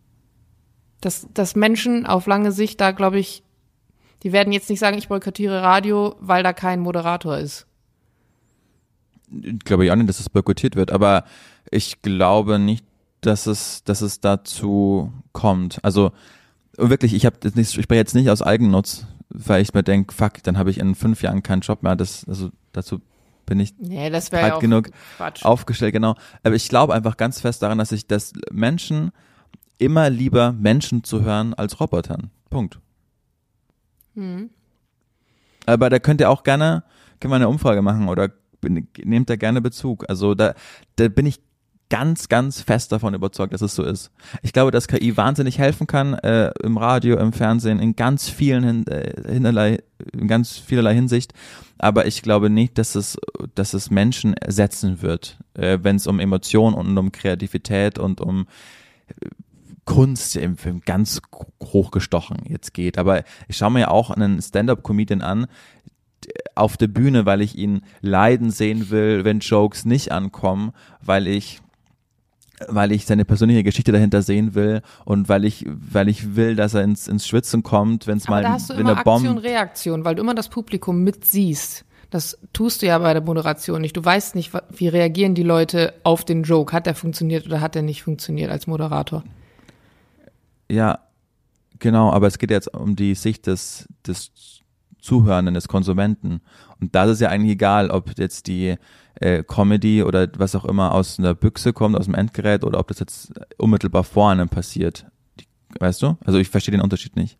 dass, dass Menschen auf lange Sicht da, glaube ich, die werden jetzt nicht sagen, ich boykottiere Radio, weil da kein Moderator ist. Ich glaube ja auch nicht, dass es boykottiert wird, aber ich glaube nicht, dass es, dass es dazu kommt. Also wirklich, ich habe ich spreche jetzt nicht aus Eigennutz, weil ich mir denke, fuck, dann habe ich in fünf Jahren keinen Job mehr. Das, also dazu bin ich nee, das wäre breit ja auch genug Quatsch. aufgestellt, genau. Aber ich glaube einfach ganz fest daran, dass ich, dass Menschen immer lieber Menschen zu hören als Robotern. Punkt. Hm. Aber da könnt ihr auch gerne, können wir eine Umfrage machen oder nehmt da gerne Bezug. Also da, da bin ich ganz, ganz fest davon überzeugt, dass es so ist. Ich glaube, dass K I wahnsinnig helfen kann, äh, im Radio, im Fernsehen, in ganz vielen hin, äh, hinterlei, in ganz vielerlei Hinsicht. Aber ich glaube nicht, dass es, dass es Menschen ersetzen wird, äh, wenn es um Emotionen und um Kreativität und um äh, Kunst im, im ganz hochgestochen jetzt geht. Aber ich schaue mir ja auch einen Stand-up-Comedian an, auf der Bühne, weil ich ihn leiden sehen will, wenn Jokes nicht ankommen, weil ich weil ich seine persönliche Geschichte dahinter sehen will und weil ich weil ich will, dass er ins ins Schwitzen kommt, wenn es mal da hast du wenn immer er bombt. Aktion, Reaktion, weil du immer das Publikum mitsiehst. Das tust du ja bei der Moderation nicht. Du weißt nicht, wie reagieren die Leute auf den Joke. Hat der funktioniert oder hat der nicht funktioniert als Moderator? Ja, genau, aber es geht jetzt um die Sicht des des Zuhörenden, des Konsumenten. Und da ist es ja eigentlich egal, ob jetzt die äh, Comedy oder was auch immer aus einer Büchse kommt, aus dem Endgerät, oder ob das jetzt unmittelbar vor einem passiert. Die, weißt du? Also ich verstehe den Unterschied nicht.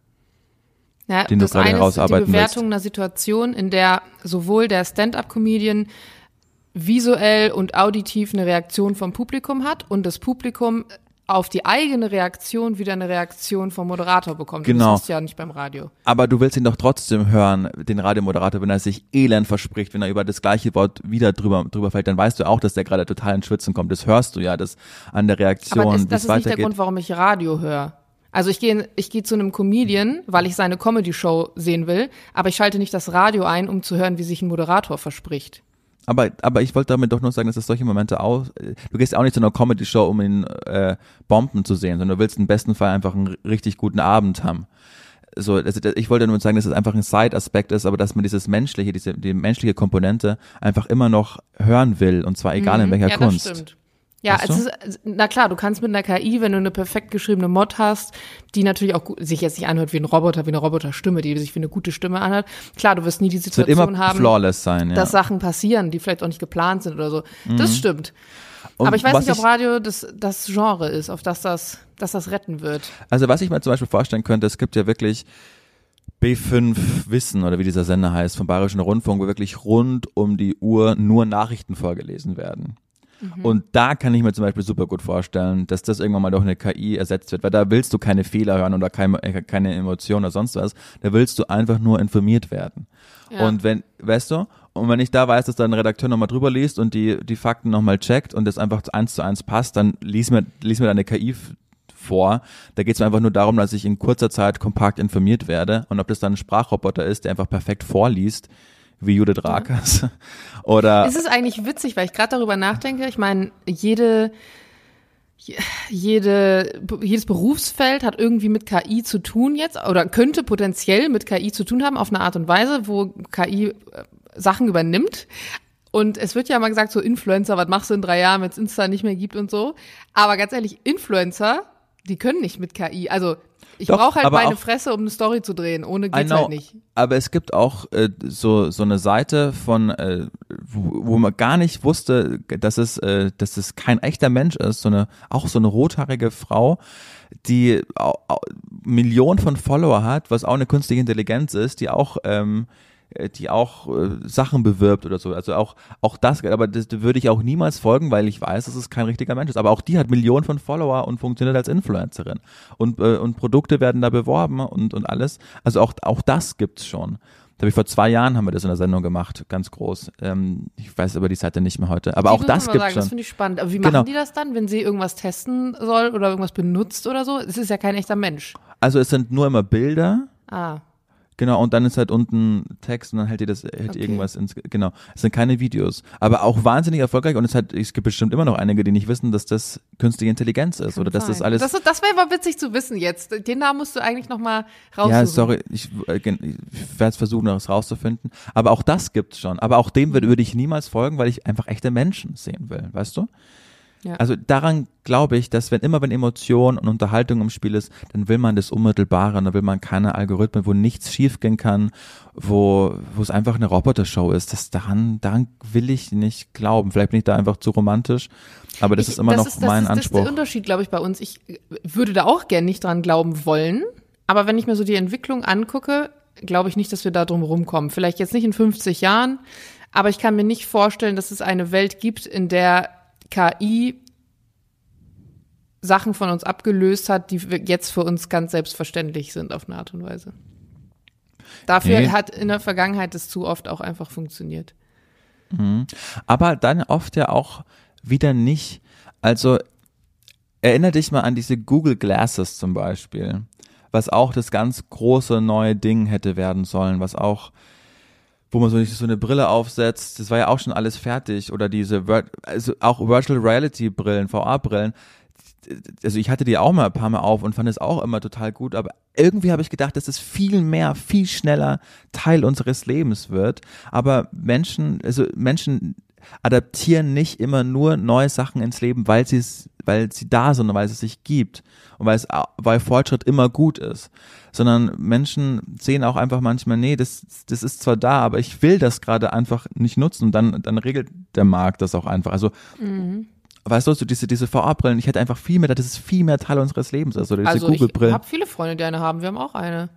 Ja, den du das gerade eine ist die herausarbeiten Bewertung willst. einer Situation, in der sowohl der Stand-up-Comedian visuell und auditiv eine Reaktion vom Publikum hat und das Publikum auf die eigene Reaktion wieder eine Reaktion vom Moderator bekommt. Genau. Das ist ja nicht beim Radio. Aber du willst ihn doch trotzdem hören, den Radiomoderator, wenn er sich elend verspricht, wenn er über das gleiche Wort wieder drüber, drüber fällt, dann weißt du auch, dass der gerade total ins Schwitzen kommt. Das hörst du ja, das an der Reaktion, Aber das, wie das es ist nicht der weitergeht. Grund, warum ich Radio höre. Also ich gehe ich gehe zu einem Comedian, weil ich seine Comedy-Show sehen will, aber ich schalte nicht das Radio ein, um zu hören, wie sich ein Moderator verspricht. Aber, aber ich wollte damit doch nur sagen, dass es solche Momente auch, du gehst auch nicht zu einer Comedy-Show, um ihn äh, Bomben zu sehen, sondern du willst im besten Fall einfach einen richtig guten Abend haben. So, also ich wollte nur sagen, dass es einfach ein Side-Aspekt ist, aber dass man dieses menschliche, diese die menschliche Komponente einfach immer noch hören will, und zwar egal in welcher ja, Kunst. Das stimmt. Ja, Weißt es du? ist, na klar, du kannst mit einer K I, wenn du eine perfekt geschriebene Mod hast, die natürlich auch gut, sich jetzt nicht anhört wie ein Roboter, wie eine Roboterstimme, die sich wie eine gute Stimme anhört. Klar, du wirst nie die Es wird Situation immer haben, flawless sein, ja. dass Sachen passieren, die vielleicht auch nicht geplant sind oder so. Mhm. Das stimmt. Und Aber ich weiß was nicht, ob Radio das, das Genre ist, auf das das, dass das retten wird. Also was ich mir zum Beispiel vorstellen könnte, es gibt ja wirklich B fünf Wissen oder wie dieser Sender heißt vom Bayerischen Rundfunk, wo wirklich rund um die Uhr nur Nachrichten vorgelesen werden. Mhm. Und da kann ich mir zum Beispiel super gut vorstellen, dass das irgendwann mal durch eine K I ersetzt wird, weil da willst du keine Fehler hören oder keine, keine Emotionen oder sonst was, da willst du einfach nur informiert werden. Ja. Und wenn, weißt du, und wenn ich da weiß, dass da ein Redakteur nochmal drüber liest und die, die Fakten nochmal checkt und das einfach eins zu eins passt, dann lies mir, lies mir da eine K I vor. Da geht es mir einfach nur darum, dass ich in kurzer Zeit kompakt informiert werde, und ob das dann ein Sprachroboter ist, der einfach perfekt vorliest, wie Judith Rakers. Ja. Oder es ist eigentlich witzig, weil ich gerade darüber nachdenke. Ich meine, jede, jede, jedes Berufsfeld hat irgendwie mit K I zu tun jetzt oder könnte potenziell mit K I zu tun haben auf eine Art und Weise, wo K I Sachen übernimmt. Und es wird ja mal gesagt, so Influencer, was machst du in drei Jahren, wenn es Insta nicht mehr gibt und so. Aber ganz ehrlich, Influencer, die können nicht mit K I. Also ich brauche halt meine Fresse, um eine Story zu drehen. Ohne geht's halt nicht. Aber es gibt auch äh, so so eine Seite von, äh, wo, wo man gar nicht wusste, dass es äh, dass es kein echter Mensch ist. So eine auch so eine rothaarige Frau, die auch, auch Millionen von Follower hat, was auch eine künstliche Intelligenz ist, die auch ähm, die auch äh, Sachen bewirbt oder so, also auch auch das, aber das würde ich auch niemals folgen, weil ich weiß, dass es kein richtiger Mensch ist, aber auch die hat Millionen von Follower und funktioniert als Influencerin und äh, und Produkte werden da beworben und und alles, also auch auch das gibt's schon. Da habe ich vor zwei Jahren haben wir das in der Sendung gemacht, ganz groß. Ähm, ich weiß aber die Seite nicht mehr heute. Aber Die auch das muss man gibt sagen, schon. Das finde ich spannend. Aber wie machen Genau. die das dann, wenn sie irgendwas testen soll oder irgendwas benutzt oder so? Es ist ja kein echter Mensch. Also es sind nur immer Bilder. Ah. Genau, und dann ist halt unten Text und dann hält ihr das hält Okay. irgendwas ins, genau. Es sind keine Videos, aber auch wahnsinnig erfolgreich und es hat, es gibt bestimmt immer noch einige, die nicht wissen, dass das künstliche Intelligenz ist Kann oder dass das sein. alles. Das, das wäre mal witzig zu wissen jetzt. Den Namen musst du eigentlich nochmal raussuchen. Ja, sorry, ich, äh, ich werde versuchen, das rauszufinden, aber auch das gibt's schon. Aber auch dem würde, würde ich niemals folgen, weil ich einfach echte Menschen sehen will, weißt du? Ja. Also daran glaube ich, dass wenn immer wenn Emotion und Unterhaltung im Spiel ist, dann will man das Unmittelbare, dann will man keine Algorithmen, wo nichts schiefgehen kann, wo wo es einfach eine Robotershow ist. Das daran daran will ich nicht glauben. Vielleicht bin ich da einfach zu romantisch, aber das Ich- ist immer noch ist, mein das ist, Anspruch. Das ist der Unterschied, glaube ich, bei uns. Ich würde da auch gern nicht dran glauben wollen, aber wenn ich mir so die Entwicklung angucke, glaube ich nicht, dass wir da drum rumkommen. Vielleicht jetzt nicht in fünfzig Jahren, aber ich kann mir nicht vorstellen, dass es eine Welt gibt, in der K I Sachen von uns abgelöst hat, die jetzt für uns ganz selbstverständlich sind auf eine Art und Weise. Dafür Nee. hat in der Vergangenheit es zu oft auch einfach funktioniert. Aber dann oft ja auch wieder nicht. Also erinnere dich mal an diese Google Glasses zum Beispiel, was auch das ganz große neue Ding hätte werden sollen, was auch, wo man so nicht so eine Brille aufsetzt, das war ja auch schon alles fertig. Oder diese, Vir- also auch Virtual Reality Brillen, V R-Brillen. Also ich hatte die auch mal ein paar Mal auf und fand es auch immer total gut, aber irgendwie habe ich gedacht, dass es viel mehr, viel schneller Teil unseres Lebens wird. Aber Menschen, also Menschen adaptieren nicht immer nur neue Sachen ins Leben, weil sie es, weil sie da sind und weil es sich gibt und weil es, weil Fortschritt immer gut ist, sondern Menschen sehen auch einfach manchmal, nee, das, das ist zwar da, aber ich will das gerade einfach nicht nutzen und dann, dann regelt der Markt das auch einfach. Also Mhm. weißt du, so diese, diese V R-Brillen, ich hätte einfach viel mehr, das ist viel mehr Teil unseres Lebens, also diese Also ich Google-Brillen. habe viele Freunde, die eine haben. Wir haben auch eine.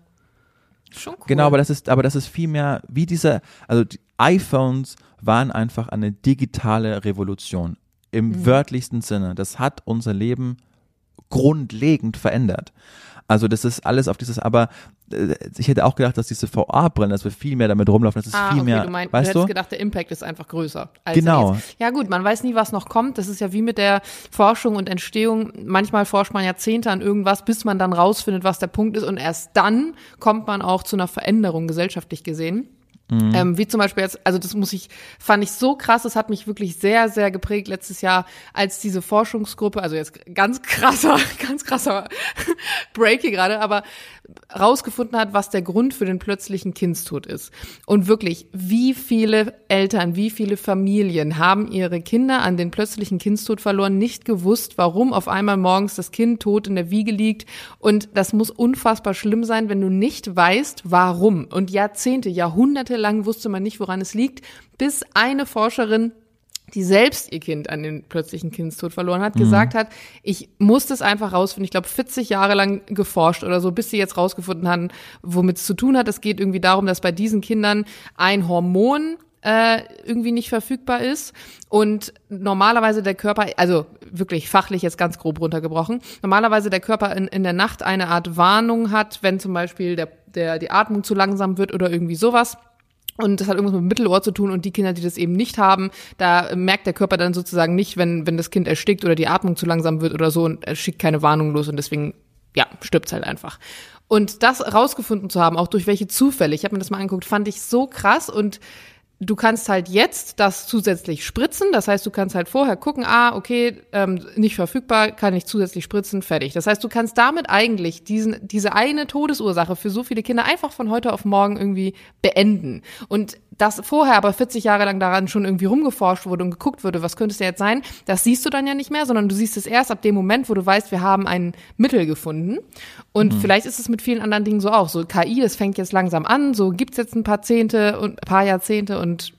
Schon cool. Genau, aber das ist, aber das ist viel mehr wie diese, also die iPhones waren einfach eine digitale Revolution im Mhm. wörtlichsten Sinne. Das hat unser Leben grundlegend verändert. Also das ist alles auf dieses, aber äh, ich hätte auch gedacht, dass diese V R-Brillen, dass wir viel mehr damit rumlaufen, das ist Ah, viel okay, mehr, du, meinst, du weißt hättest du? gedacht, der Impact ist einfach größer. Als Genau. Jetzt. Ja gut, man weiß nie, was noch kommt. Das ist ja wie mit der Forschung und Entstehung. Manchmal forscht man Jahrzehnte an irgendwas, bis man dann rausfindet, was der Punkt ist. Und erst dann kommt man auch zu einer Veränderung gesellschaftlich gesehen. Mhm. Ähm, wie zum Beispiel jetzt, also das muss ich, fand ich so krass, das hat mich wirklich sehr, sehr geprägt letztes Jahr, als diese Forschungsgruppe, also jetzt ganz krasser, ganz krasser Break hier gerade, aber rausgefunden hat, was der Grund für den plötzlichen Kindstod ist. Und wirklich, wie viele Eltern, wie viele Familien haben ihre Kinder an den plötzlichen Kindstod verloren, nicht gewusst, warum auf einmal morgens das Kind tot in der Wiege liegt. Und das muss unfassbar schlimm sein, wenn du nicht weißt, warum. Und Jahrzehnte, Jahrhunderte lang wusste man nicht, woran es liegt, bis eine Forscherin, die selbst ihr Kind an den plötzlichen Kindstod verloren hat, mhm. gesagt hat, ich muss das einfach rausfinden. Ich glaube, vierzig Jahre lang geforscht oder so, bis sie jetzt rausgefunden haben, womit es zu tun hat. Es geht irgendwie darum, dass bei diesen Kindern ein Hormon äh, irgendwie nicht verfügbar ist und normalerweise der Körper, also wirklich fachlich jetzt ganz grob runtergebrochen, normalerweise der Körper in, in der Nacht eine Art Warnung hat, wenn zum Beispiel der, der, die Atmung zu langsam wird oder irgendwie sowas. Und das hat irgendwas mit dem Mittelohr zu tun und die Kinder, die das eben nicht haben, da merkt der Körper dann sozusagen nicht, wenn wenn das Kind erstickt oder die Atmung zu langsam wird oder so und er schickt keine Warnung los und deswegen, ja, stirbt's halt einfach. Und das rausgefunden zu haben, auch durch welche Zufälle, ich habe mir das mal angeguckt, fand ich so krass und du kannst halt jetzt das zusätzlich spritzen, das heißt, du kannst halt vorher gucken, ah, okay, ähm, nicht verfügbar, kann ich zusätzlich spritzen, fertig. Das heißt, du kannst damit eigentlich diesen diese eine Todesursache für so viele Kinder einfach von heute auf morgen irgendwie beenden. Und dass vorher aber vierzig Jahre lang daran schon irgendwie rumgeforscht wurde und geguckt wurde, was könnte es ja jetzt sein, das siehst du dann ja nicht mehr, sondern du siehst es erst ab dem Moment, wo du weißt, wir haben ein Mittel gefunden. Und mhm. vielleicht ist es mit vielen anderen Dingen so auch. So K I, das fängt jetzt langsam an, so gibt's jetzt ein paar Zehnte und ein paar Jahrzehnte und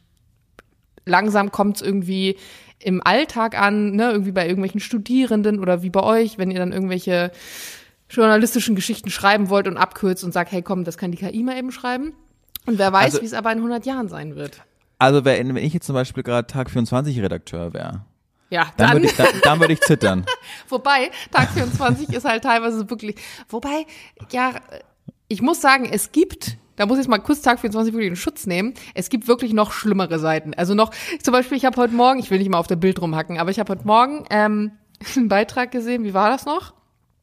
langsam kommt's irgendwie im Alltag an, ne, irgendwie bei irgendwelchen Studierenden oder wie bei euch, wenn ihr dann irgendwelche journalistischen Geschichten schreiben wollt und abkürzt und sagt, hey komm, das kann die K I mal eben schreiben. Und wer weiß, also, wie es aber in hundert Jahren sein wird. Also wenn ich jetzt zum Beispiel gerade Tag vierundzwanzig Redakteur wäre, ja, dann, dann würde ich, dann, dann würde ich zittern. Wobei, Tag vierundzwanzig ist halt teilweise wirklich, wobei, ja, ich muss sagen, es gibt Da muss ich jetzt mal kurz Tag vierundzwanzig wirklich in Schutz nehmen. Es gibt wirklich noch schlimmere Seiten. Also noch, zum Beispiel, ich habe heute Morgen, ich will nicht mal auf der Bild rumhacken, aber ich habe heute Morgen ähm, einen Beitrag gesehen, wie war das noch?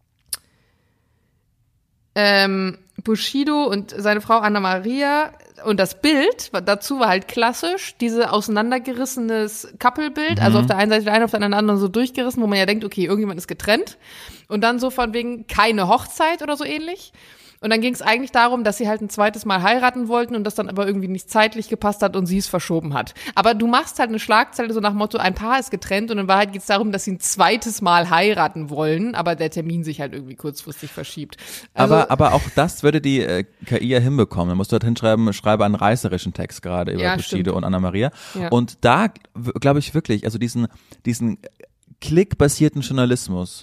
Ähm, Bushido und seine Frau Anna Maria und das Bild dazu war halt klassisch, diese auseinandergerissenes Couple-Bild, mhm. also auf der einen Seite der eine, auf der anderen so durchgerissen, wo man ja denkt, okay, irgendjemand ist getrennt und dann so von wegen keine Hochzeit oder so ähnlich. Und dann ging es eigentlich darum, dass sie halt ein zweites Mal heiraten wollten und das dann aber irgendwie nicht zeitlich gepasst hat und sie es verschoben hat. Aber du machst halt eine Schlagzeile so nach Motto, ein Paar ist getrennt und in Wahrheit geht es darum, dass sie ein zweites Mal heiraten wollen, aber der Termin sich halt irgendwie kurzfristig verschiebt. Also, aber, aber auch das würde die äh, K I ja hinbekommen. Da musst du halt hinschreiben, schreibe einen reißerischen Text gerade über ja, Bushido stimmt. und Anna Maria. Ja. Und da glaube ich wirklich, also diesen, diesen klickbasierten Journalismus,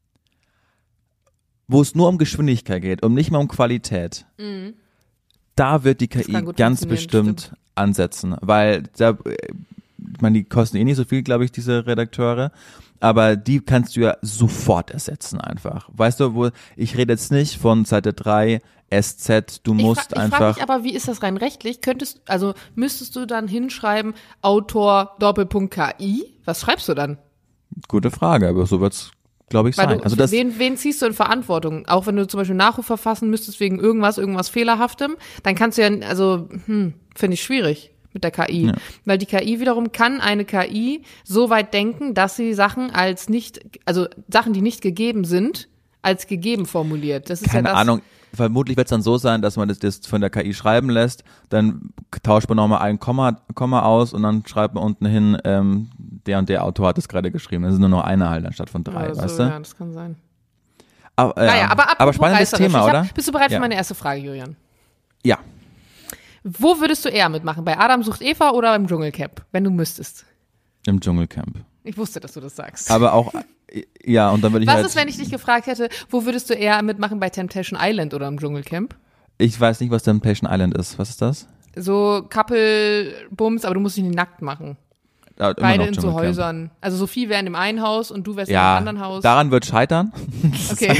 wo es nur um Geschwindigkeit geht, um nicht mal um Qualität, mhm. da wird die K I ganz bestimmt stimmt. ansetzen, weil da, ich meine, die kosten eh nicht so viel, glaube ich, diese Redakteure, aber die kannst du ja sofort ersetzen einfach. Weißt du, wo ich rede jetzt nicht von Seite drei, S Z, du musst ich fra- ich einfach. Ich frage mich aber, wie ist das rein rechtlich? Könntest, also müsstest du dann hinschreiben, Autor Doppelpunkt K I? Was schreibst du dann? Gute Frage, aber so wird's, glaube ich, Weil sein. du, also das, wen, wen ziehst du in Verantwortung? Auch wenn du zum Beispiel Nachruf verfassen müsstest wegen irgendwas, irgendwas Fehlerhaftem, dann kannst du ja, also, hm, finde ich schwierig mit der K I. Ja. Weil die K I wiederum kann eine K I so weit denken, dass sie Sachen als nicht, also Sachen, die nicht gegeben sind, als gegeben formuliert. Das ist Keine ja das, Ahnung. Vermutlich wird es dann so sein, dass man das, das von der K I schreiben lässt, dann tauscht man nochmal ein Komma, Komma aus und dann schreibt man unten hin, ähm, der und der Autor hat es gerade geschrieben. Das ist nur noch eine halt anstatt von drei, ja, so, weißt du? Ja, das kann sein. Aber, äh, naja, aber, aber spannendes Thema, hab, oder? Bist du bereit ja. für meine erste Frage, Julian? Ja. Wo würdest du eher mitmachen? Bei Adam sucht Eva oder im Dschungelcamp, wenn du müsstest? Im Dschungelcamp. Ich wusste, dass du das sagst. Aber auch, ja, und dann würde ich Was halt, ist, wenn ich dich gefragt hätte, wo würdest du eher mitmachen, bei Temptation Island oder im Dschungelcamp? Ich weiß nicht, was Temptation Island ist. Was ist das? So Couple-Bums, aber du musst dich nicht nackt machen. Ja, Beide in so Häusern. Also Sophie wäre in dem einen Haus und du wärst ja, in dem anderen Haus. Daran wird scheitern. Okay.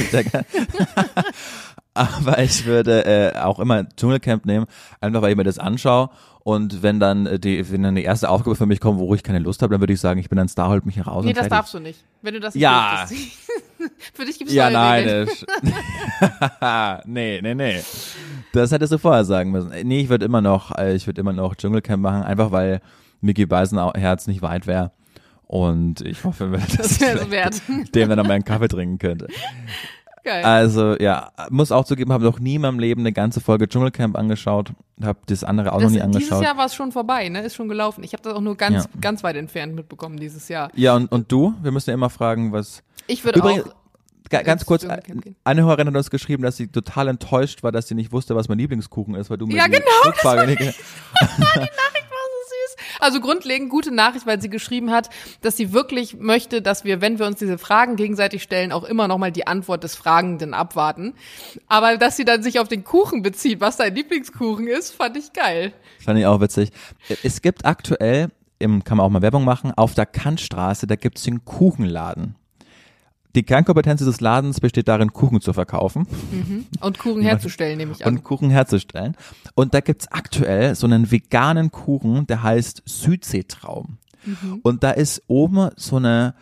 Aber ich würde äh, auch immer Dschungelcamp nehmen, einfach weil ich mir das anschaue. Und wenn dann die, wenn dann die erste Aufgabe für mich kommt, wo ich keine Lust habe, dann würde ich sagen, ich bin ein Star, holt mich hier raus. Nee, und das fertig. darfst du nicht. Wenn du das nicht ja. willst. Für dich gibt es ja, neue nein, Regeln. nee, nee, nee. Das hättest du vorher sagen müssen. Nee, ich würde immer noch, ich würde immer noch Dschungelcamp machen, einfach weil Micky Beisenherz nicht weit wäre. Und ich hoffe, dass das wäre so wert. dem dann noch mal einen Kaffee trinken könnte. Geil. Also, ja, muss auch zugeben, habe noch nie in meinem Leben eine ganze Folge Dschungelcamp angeschaut. Habe das andere auch das, noch nie angeschaut. Dieses Jahr war es schon vorbei, ne? Ist schon gelaufen. Ich habe das auch nur ganz, Ja. ganz weit entfernt mitbekommen dieses Jahr. Ja, und, und du? Wir müssen ja immer fragen, was... Ich würde Übrigens, auch ga- ganz ins kurz, Dschungelcamp gehen. eine Hörerin hat uns geschrieben, dass sie total enttäuscht war, dass sie nicht wusste, was mein Lieblingskuchen ist, weil du mir Ja, die genau, Rückfrage nicht... Die Nachricht war so süß. Also grundlegend gute Nachricht, weil sie geschrieben hat, dass sie wirklich möchte, dass wir, wenn wir uns diese Fragen gegenseitig stellen, auch immer nochmal die Antwort des Fragenden abwarten. Aber dass sie dann sich auf den Kuchen bezieht, was dein Lieblingskuchen ist, fand ich geil. Fand ich auch witzig. Es gibt aktuell, im, kann man auch mal Werbung machen, auf der Kantstraße, da gibt's den Kuchenladen. Die Kernkompetenz dieses Ladens besteht darin, Kuchen zu verkaufen. Mhm. Und Kuchen herzustellen, nehme ich an. Und Kuchen herzustellen. Und da gibt's aktuell so einen veganen Kuchen, der heißt Südseetraum. Mhm. Und da ist oben so eine,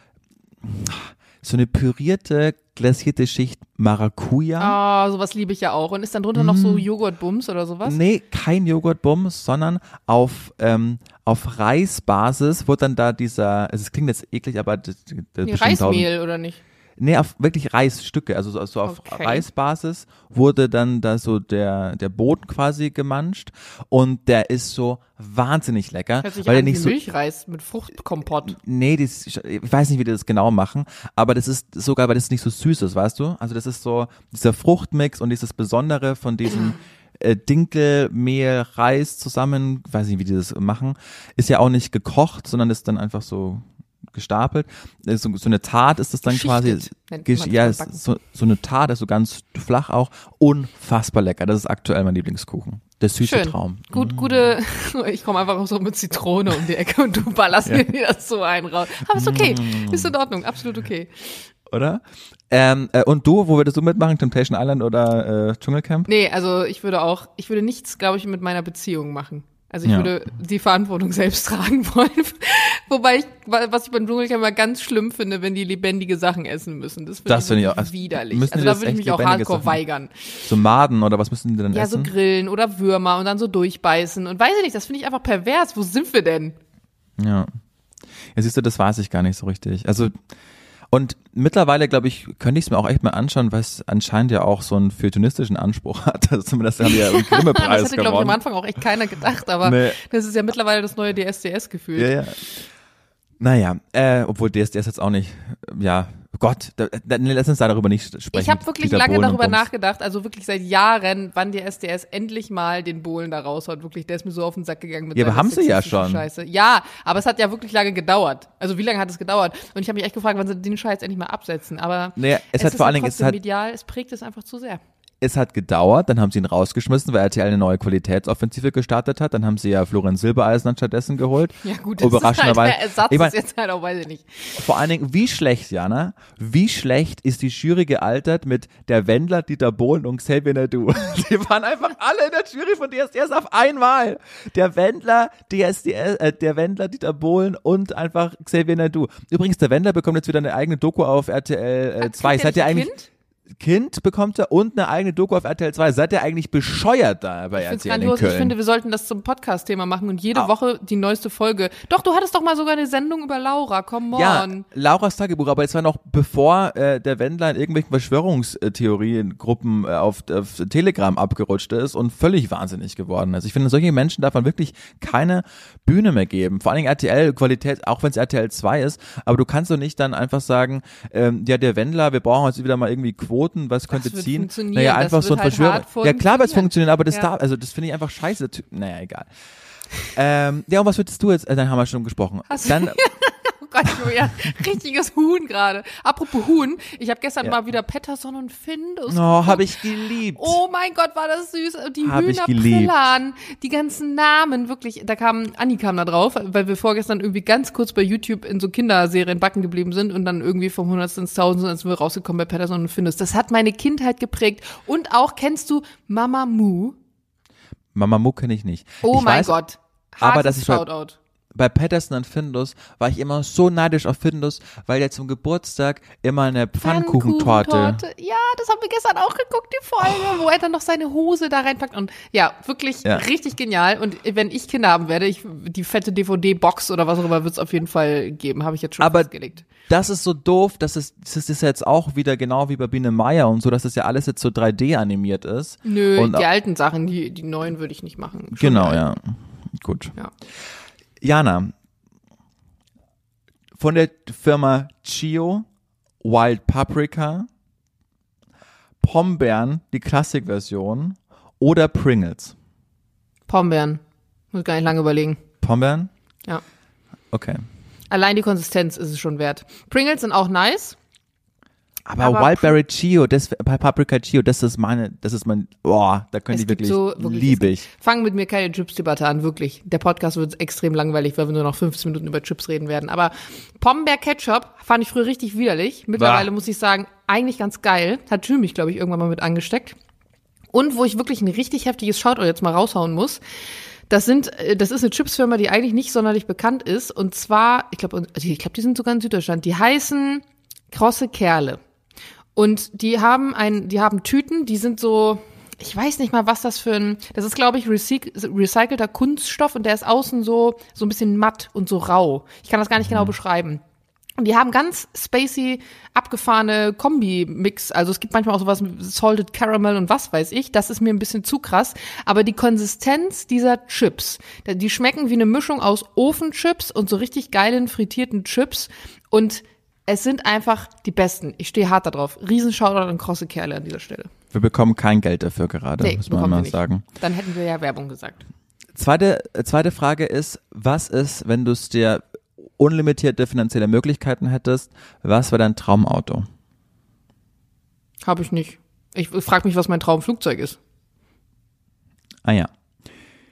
so eine pürierte, glasierte Schicht Maracuja. Ah, sowas liebe ich ja auch. Und ist dann drunter mm. noch so Joghurtbums oder sowas? Nee, kein Joghurtbums, sondern auf, ähm, auf Reisbasis wird dann da dieser, also es klingt jetzt eklig, aber das, das Nee, Reismehl oder nicht? Nee, auf wirklich Reisstücke, also so, so auf Okay. Reisbasis wurde dann da so der der Boden quasi gemanscht und der ist so wahnsinnig lecker, Hört sich weil an der wie nicht so Milchreis mit Fruchtkompott. Nee, das, ich weiß nicht, wie die das genau machen, aber das ist so geil, weil das nicht so süß ist, weißt du? Also das ist so dieser Fruchtmix und dieses Besondere von diesem äh, Dinkel, Mehl, Reis zusammen, weiß nicht, wie die das machen, ist ja auch nicht gekocht, sondern ist dann einfach so gestapelt. So, so eine Tat ist das dann quasi, nennt gesch- man das ja, beim ist Backen. so, so eine Tat, ist so ganz flach auch, unfassbar lecker. Das ist aktuell mein Lieblingskuchen. Der süße Schön. Traum. Gut, gute, ich komme einfach so mit Zitrone um die Ecke und du ballerst mir wieder so einen raus. Aber ist okay, ist in Ordnung, absolut okay. Oder? Ähm, äh, und du, wo würdest du mitmachen? Temptation Island oder äh, Dschungelcamp? Nee, also ich würde auch, ich würde nichts, glaube ich, mit meiner Beziehung machen. Also ich Ja. würde die Verantwortung selbst tragen wollen. Wobei ich, was ich beim Dschungelcamp immer ganz schlimm finde, wenn die lebendige Sachen essen müssen. Das finde Das ich, finde ich wirklich auch. Also widerlich. müssen Also die da das würde ich echt mich auch lebendige hardcore Sachen? weigern. So Maden oder was müssen die denn Ja, essen? so grillen oder Würmer und dann so durchbeißen. Und weiß ich nicht, das finde ich einfach pervers. Wo sind wir denn? Ja. Ja, siehst du, das weiß ich gar nicht so richtig. Also, und mittlerweile, glaube ich, könnte ich es mir auch echt mal anschauen, weil es anscheinend ja auch so einen feuilletonistischen Anspruch hat. Also zumindest haben die ja einen Grimme-Preis Das hätte, glaube ich, am gewonnen. Anfang auch echt keiner gedacht, aber Nee. das ist ja mittlerweile das neue D S D S gefühlt. Ja, ja. Naja, äh, obwohl D S D S jetzt auch nicht, ja, Gott, da, da, nee, lass uns da darüber nicht sprechen. Ich habe wirklich Dieter lange Bohlen und darüber Bums. nachgedacht, also wirklich seit Jahren, wann die S D S endlich mal den Bohlen da raushaut. Wirklich, der ist mir so auf den Sack gegangen mit Ja, aber seiner haben sie ja sexistischen schon. Scheiße. Ja, aber es hat ja wirklich lange gedauert. Also wie lange hat es gedauert? Und ich habe mich echt gefragt, wann sie den Scheiß endlich mal absetzen. Aber Naja, es, es hat ist vor allen ja Dingen, es trotzdem hat, medial, es prägt es einfach zu sehr. es hat gedauert, dann haben sie ihn rausgeschmissen, weil R T L eine neue Qualitätsoffensive gestartet hat. Dann haben sie ja Florian Silbereisen stattdessen geholt. Ja gut, das Überraschenderweise. ist halt der Ersatz, Ich mein, ist jetzt halt auch, weiß ich nicht. vor allen Dingen, wie schlecht, Jana, wie schlecht ist die Jury gealtert mit der Wendler, Dieter Bohlen und Xavier Naidoo. Die waren einfach alle in der Jury von D S D S auf einmal. Der Wendler, D S D S, äh, der Wendler, Dieter Bohlen und einfach Xavier Naidoo. Übrigens, der Wendler bekommt jetzt wieder eine eigene Doku auf R T L zwei. Kriegt der Seid ihr nicht ein eigentlich Kind? Kind bekommt er und eine eigene Doku auf R T L zwei. Seid ihr eigentlich bescheuert da bei Ich find's R T L in grandios. Köln? Ich finde, wir sollten das zum Podcast-Thema machen und jede Ah. Woche die neueste Folge. Doch, du hattest doch mal sogar eine Sendung über Laura, come on. Ja, Lauras Tagebuch, aber es war noch bevor äh, der Wendler in irgendwelchen Verschwörungstheoriengruppen äh, auf, auf Telegram abgerutscht ist und völlig wahnsinnig geworden ist. Ich finde, solche Menschen darf man wirklich keine Bühne mehr geben. Vor allen Dingen R T L-Qualität, auch wenn es R T L zwei ist, aber du kannst doch nicht dann einfach sagen, ähm, ja, der Wendler, wir brauchen jetzt wieder mal irgendwie Quoten, was könnte wird ziehen? funktionieren, Naja, das einfach so ein wird halt Verschwörer. hart Ja, klar wird es funktionieren. funktionieren, aber das Ja. darf, also das finde ich einfach scheiße. Naja, egal. ähm, ja, und was würdest du jetzt, äh, dann haben wir schon gesprochen. Hast du- Dann, Oh Gott, Julia, richtiges Huhn gerade. Apropos Huhn, ich habe gestern Ja. mal wieder Patterson und Findus oh, geguckt. habe ich geliebt. Oh mein Gott, war das süß. Die Hab ich Hühner geliebt. Prillan, die ganzen Namen, wirklich. Da kam, Anni kam da drauf, weil wir vorgestern irgendwie ganz kurz bei YouTube in so Kinderserien backen geblieben sind und dann irgendwie vom Hundertsten ins Tausendste sind wir rausgekommen bei Patterson und Findus. Das hat meine Kindheit geprägt. Und auch, kennst du Mama Mu? Mama Mu kenne ich nicht. Oh ich mein weiß, Gott. aber Hartes dass ich bei- Shoutout. Bei Patterson und Findus war ich immer so neidisch auf Findus, weil der zum Geburtstag immer eine Pfannkuchentorte. Pfannkuchentorte. Ja, das haben wir gestern auch geguckt, die Folge, wo er dann noch seine Hose da reinpackt. Und ja, wirklich Ja. richtig genial. Und wenn ich Kinder haben werde, ich, die fette D V D-Box oder was auch immer wird es auf jeden Fall geben, habe ich jetzt schon Aber festgelegt. Das ist so doof, dass es, das ist jetzt auch wieder genau wie bei Biene Meier und so, dass es ja alles jetzt so drei D animiert ist. Nö, und, die alten Sachen, die, die neuen würde ich nicht machen. Schon Genau, geil. ja. Gut. Ja. Jana, von der Firma Chio, Wild Paprika, Pombeeren, die Klassikversion oder Pringles? Pombeeren. Muss gar nicht lange überlegen. Pombeeren? Ja. Okay. Allein die Konsistenz ist es schon wert. Pringles sind auch nice. Aber, Aber Wildberry Chio, das bei Paprika Chio, das ist meine, das ist mein, boah, da könnte Es ich gibt wirklich, so, wirklich liebe es ich. gibt- Fang mit mir keine Chips-Debatte an, wirklich. Der Podcast wird extrem langweilig, weil wir nur noch fünfzehn Minuten über Chips reden werden. Aber Pombeer-Ketchup fand ich früher richtig widerlich. Mittlerweile Bah. muss ich sagen, eigentlich ganz geil. Hat Jules mich, glaube ich, irgendwann mal mit angesteckt. Und wo ich wirklich ein richtig heftiges Shoutout jetzt mal raushauen muss, das sind, äh, das ist eine Chipsfirma, die eigentlich nicht sonderlich bekannt ist. Und zwar, ich glaube, also ich glaube, die sind sogar in Süddeutschland. Die heißen Krosse Kerle. Und die haben ein, die haben Tüten, die sind so, ich weiß nicht mal, was das für ein, das ist, glaube ich, recyc- recycelter Kunststoff und der ist außen so, so ein bisschen matt und so rau. Ich kann das gar nicht genau beschreiben. Und die haben ganz spacey, abgefahrene Kombi-Mix. Also es gibt manchmal auch sowas mit Salted Caramel und was weiß ich. Das ist mir ein bisschen zu krass. Aber die Konsistenz dieser Chips, die schmecken wie eine Mischung aus Ofenchips und so richtig geilen frittierten Chips. Und es sind einfach die besten. Ich stehe hart darauf. Riesen-Shoutout an Krosse Kerle an dieser Stelle. Wir bekommen kein Geld dafür gerade, Nee, muss man bekommen wir mal nicht. sagen. Dann hätten wir ja Werbung gesagt. Zweite, äh, zweite Frage ist, was ist, wenn du es dir unlimitierte finanzielle Möglichkeiten hättest, was wäre dein Traumauto? Habe ich nicht. Ich frage mich, was mein Traumflugzeug ist. Ah ja.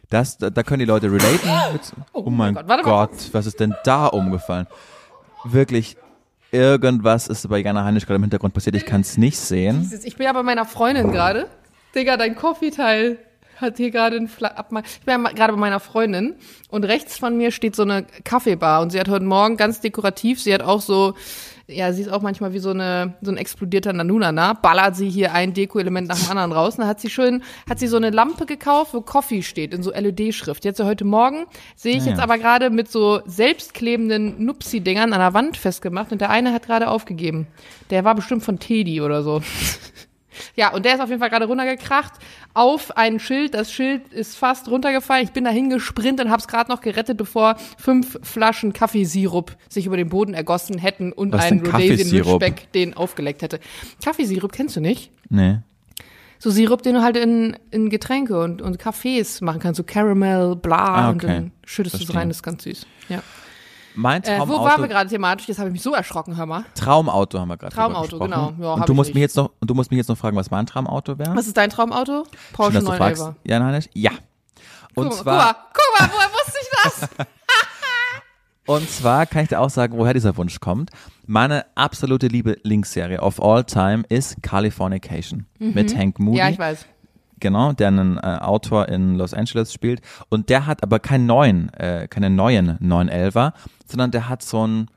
Das, da, da können die Leute relaten. Mit, oh, oh mein Gott, Gott was ist denn da umgefallen? Wirklich, irgendwas ist bei Jana Heinisch gerade im Hintergrund passiert. Ich kann es nicht sehen. Ich bin ja bei meiner Freundin gerade. Digga, dein Coffee-Teil hat hier gerade ein Fla- Abma- Ich bin ja gerade bei meiner Freundin und rechts von mir steht so eine Kaffeebar und sie hat heute Morgen ganz dekorativ, sie hat auch so, ja, sie ist auch manchmal wie so eine so ein explodierter Nanunana, ballert sie hier ein Deko-Element nach dem anderen raus und dann hat sie schön, hat sie so eine Lampe gekauft, wo Coffee steht, in so L E D-Schrift. Jetzt heute Morgen sehe ich ja. jetzt aber gerade mit so selbstklebenden Nupsi-Dingern an der Wand festgemacht und der eine hat gerade aufgegeben. Der war bestimmt von Teddy oder so. Ja, und der ist auf jeden Fall gerade runtergekracht auf ein Schild. Das Schild ist fast runtergefallen. Ich bin da hingesprintet und hab's gerade noch gerettet, bevor fünf Flaschen Kaffeesirup sich über den Boden ergossen hätten und Was ein denn Rhodesian Kaffeesirup? Ridgeback den aufgeleckt hätte. Kaffeesirup kennst du nicht? Nee. So Sirup, den du halt in, in Getränke und, und Kaffees machen kannst. So Caramel, bla. Ah, Und okay. dann schüttest du es Verstehe. rein. Das ist ganz süß. Ja. Mein Äh, Traumauto, wo waren wir gerade thematisch? Jetzt habe ich mich so erschrocken, hör mal. Traumauto haben wir gerade Traumauto, drüber gesprochen. genau. Ja, und hab du ich musst nicht. mich jetzt noch, und du musst mich jetzt noch fragen, was mein Traumauto wäre. Was ist dein Traumauto? Schön, Porsche dass du neun fragst. elfer. Ja, nein, ja. Und Guck, zwar, mal, guck mal, guck mal, woher wusste ich das? und zwar kann ich dir auch sagen, woher dieser Wunsch kommt. Meine absolute Lieblingsserie of all time ist Californication mit Hank Moody. Ja, ich weiß. Genau, der einen äh, Autor in Los Angeles spielt. Und der hat aber keinen neuen, äh, keine neuen neun elfer, sondern der hat so einen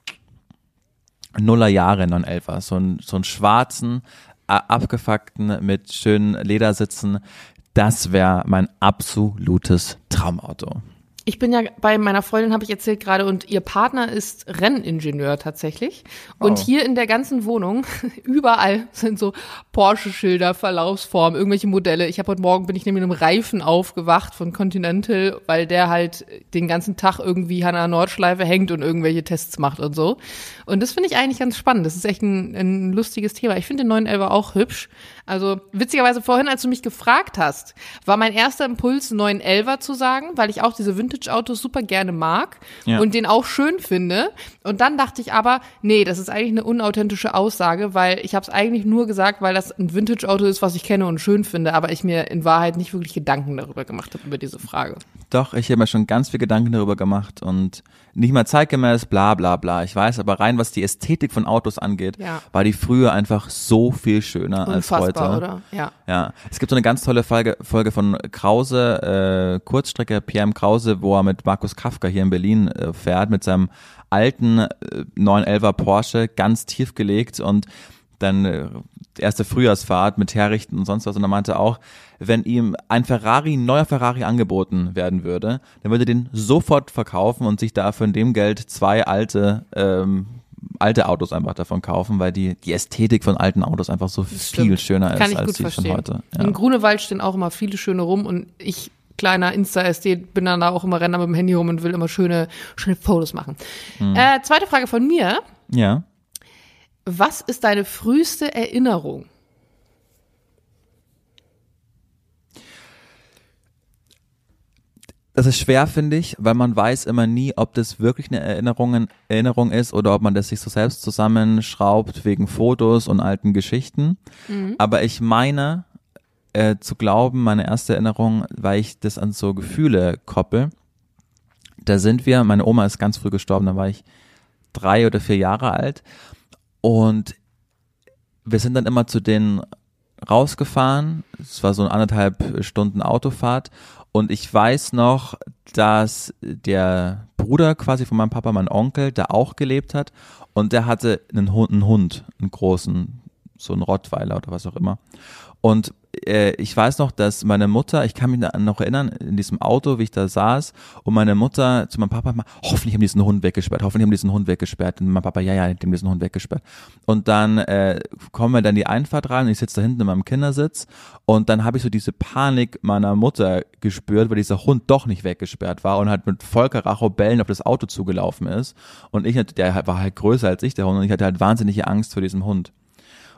Nullerjahre neun elfer, so einen, so einen schwarzen, äh, abgefuckten mit schönen Ledersitzen. Das wäre mein absolutes Traumauto. Ich bin ja bei meiner Freundin, habe ich erzählt gerade, und ihr Partner ist Renningenieur tatsächlich. Und Oh. hier in der ganzen Wohnung, überall sind so Porsche-Schilder, Verlaufsformen, irgendwelche Modelle. Ich habe heute Morgen, bin ich nämlich mit einem Reifen aufgewacht von Continental, weil der halt den ganzen Tag irgendwie an der Nordschleife hängt und irgendwelche Tests macht und so. Und das finde ich eigentlich ganz spannend. Das ist echt ein, ein lustiges Thema. Ich finde den neun elfer auch hübsch. Also witzigerweise vorhin, als du mich gefragt hast, war mein erster Impuls, neun elfer zu sagen, weil ich auch diese Vintage-Autos super gerne mag Ja. und den auch schön finde. Und dann dachte ich aber, nee, das ist eigentlich eine unauthentische Aussage, weil ich habe es eigentlich nur gesagt, weil das ein Vintage-Auto ist, was ich kenne und schön finde, aber ich mir in Wahrheit nicht wirklich Gedanken darüber gemacht habe, über diese Frage. Doch, ich habe mir schon ganz viel Gedanken darüber gemacht und nicht mal zeitgemäß, bla bla bla. Ich weiß, aber rein, was die Ästhetik von Autos angeht, Ja. war die früher einfach so viel schöner als Unfassbar, heute. oder? Ja. Ja, es gibt so eine ganz tolle Folge, Folge von Krause, äh, Kurzstrecke, P M Krause, wo er mit Markus Kafka hier in Berlin äh, fährt, mit seinem alten äh, neun elfer Porsche, ganz tief gelegt und dann äh, erste Frühjahrsfahrt mit Herrichten und sonst was. Und er meinte auch, wenn ihm ein Ferrari, ein neuer Ferrari angeboten werden würde, dann würde er den sofort verkaufen und sich dafür in dem Geld zwei alte ähm, alte Autos einfach davon kaufen, weil die die Ästhetik von alten Autos einfach so viel Stimmt. schöner Kann ist ich als gut die verstehen. von heute. Ja. In Grunewald stehen auch immer viele schöne rum und ich, kleiner Insta-S D, bin dann da auch immer Renner mit dem Handy rum und will immer schöne, schöne Fotos machen. Hm. Äh, zweite Frage von mir. ja. Was ist deine früheste Erinnerung? Das ist schwer, finde ich, weil man weiß immer nie, ob das wirklich eine Erinnerung, Erinnerung ist oder ob man das sich so selbst zusammenschraubt wegen Fotos und alten Geschichten. Mhm. Aber ich meine äh, zu glauben, meine erste Erinnerung, weil ich das an so Gefühle koppel. Da sind wir, meine Oma ist ganz früh gestorben, da war ich drei oder vier Jahre alt und wir sind dann immer zu denen rausgefahren. Es war so eine anderthalb Stunden Autofahrt. Und ich weiß noch, dass der Bruder quasi von meinem Papa, mein Onkel, da auch gelebt hat. Und der hatte einen Hund, einen Hund, einen großen, so einen Rottweiler oder was auch immer. Und äh, ich weiß noch, dass meine Mutter, ich kann mich noch erinnern, in diesem Auto, wie ich da saß, und meine Mutter zu meinem Papa mal, hoffentlich haben die diesen Hund weggesperrt, hoffentlich haben die diesen Hund weggesperrt. Und mein Papa, ja, ja, die haben diesen Hund weggesperrt. Und dann äh, kommen wir dann die Einfahrt rein und ich sitze da hinten in meinem Kindersitz und dann habe ich so diese Panik meiner Mutter gespürt, weil dieser Hund doch nicht weggesperrt war und halt mit Vollkaracho bellen auf das Auto zugelaufen ist. Und ich, der war halt größer als ich, der Hund, und ich hatte halt wahnsinnige Angst vor diesem Hund.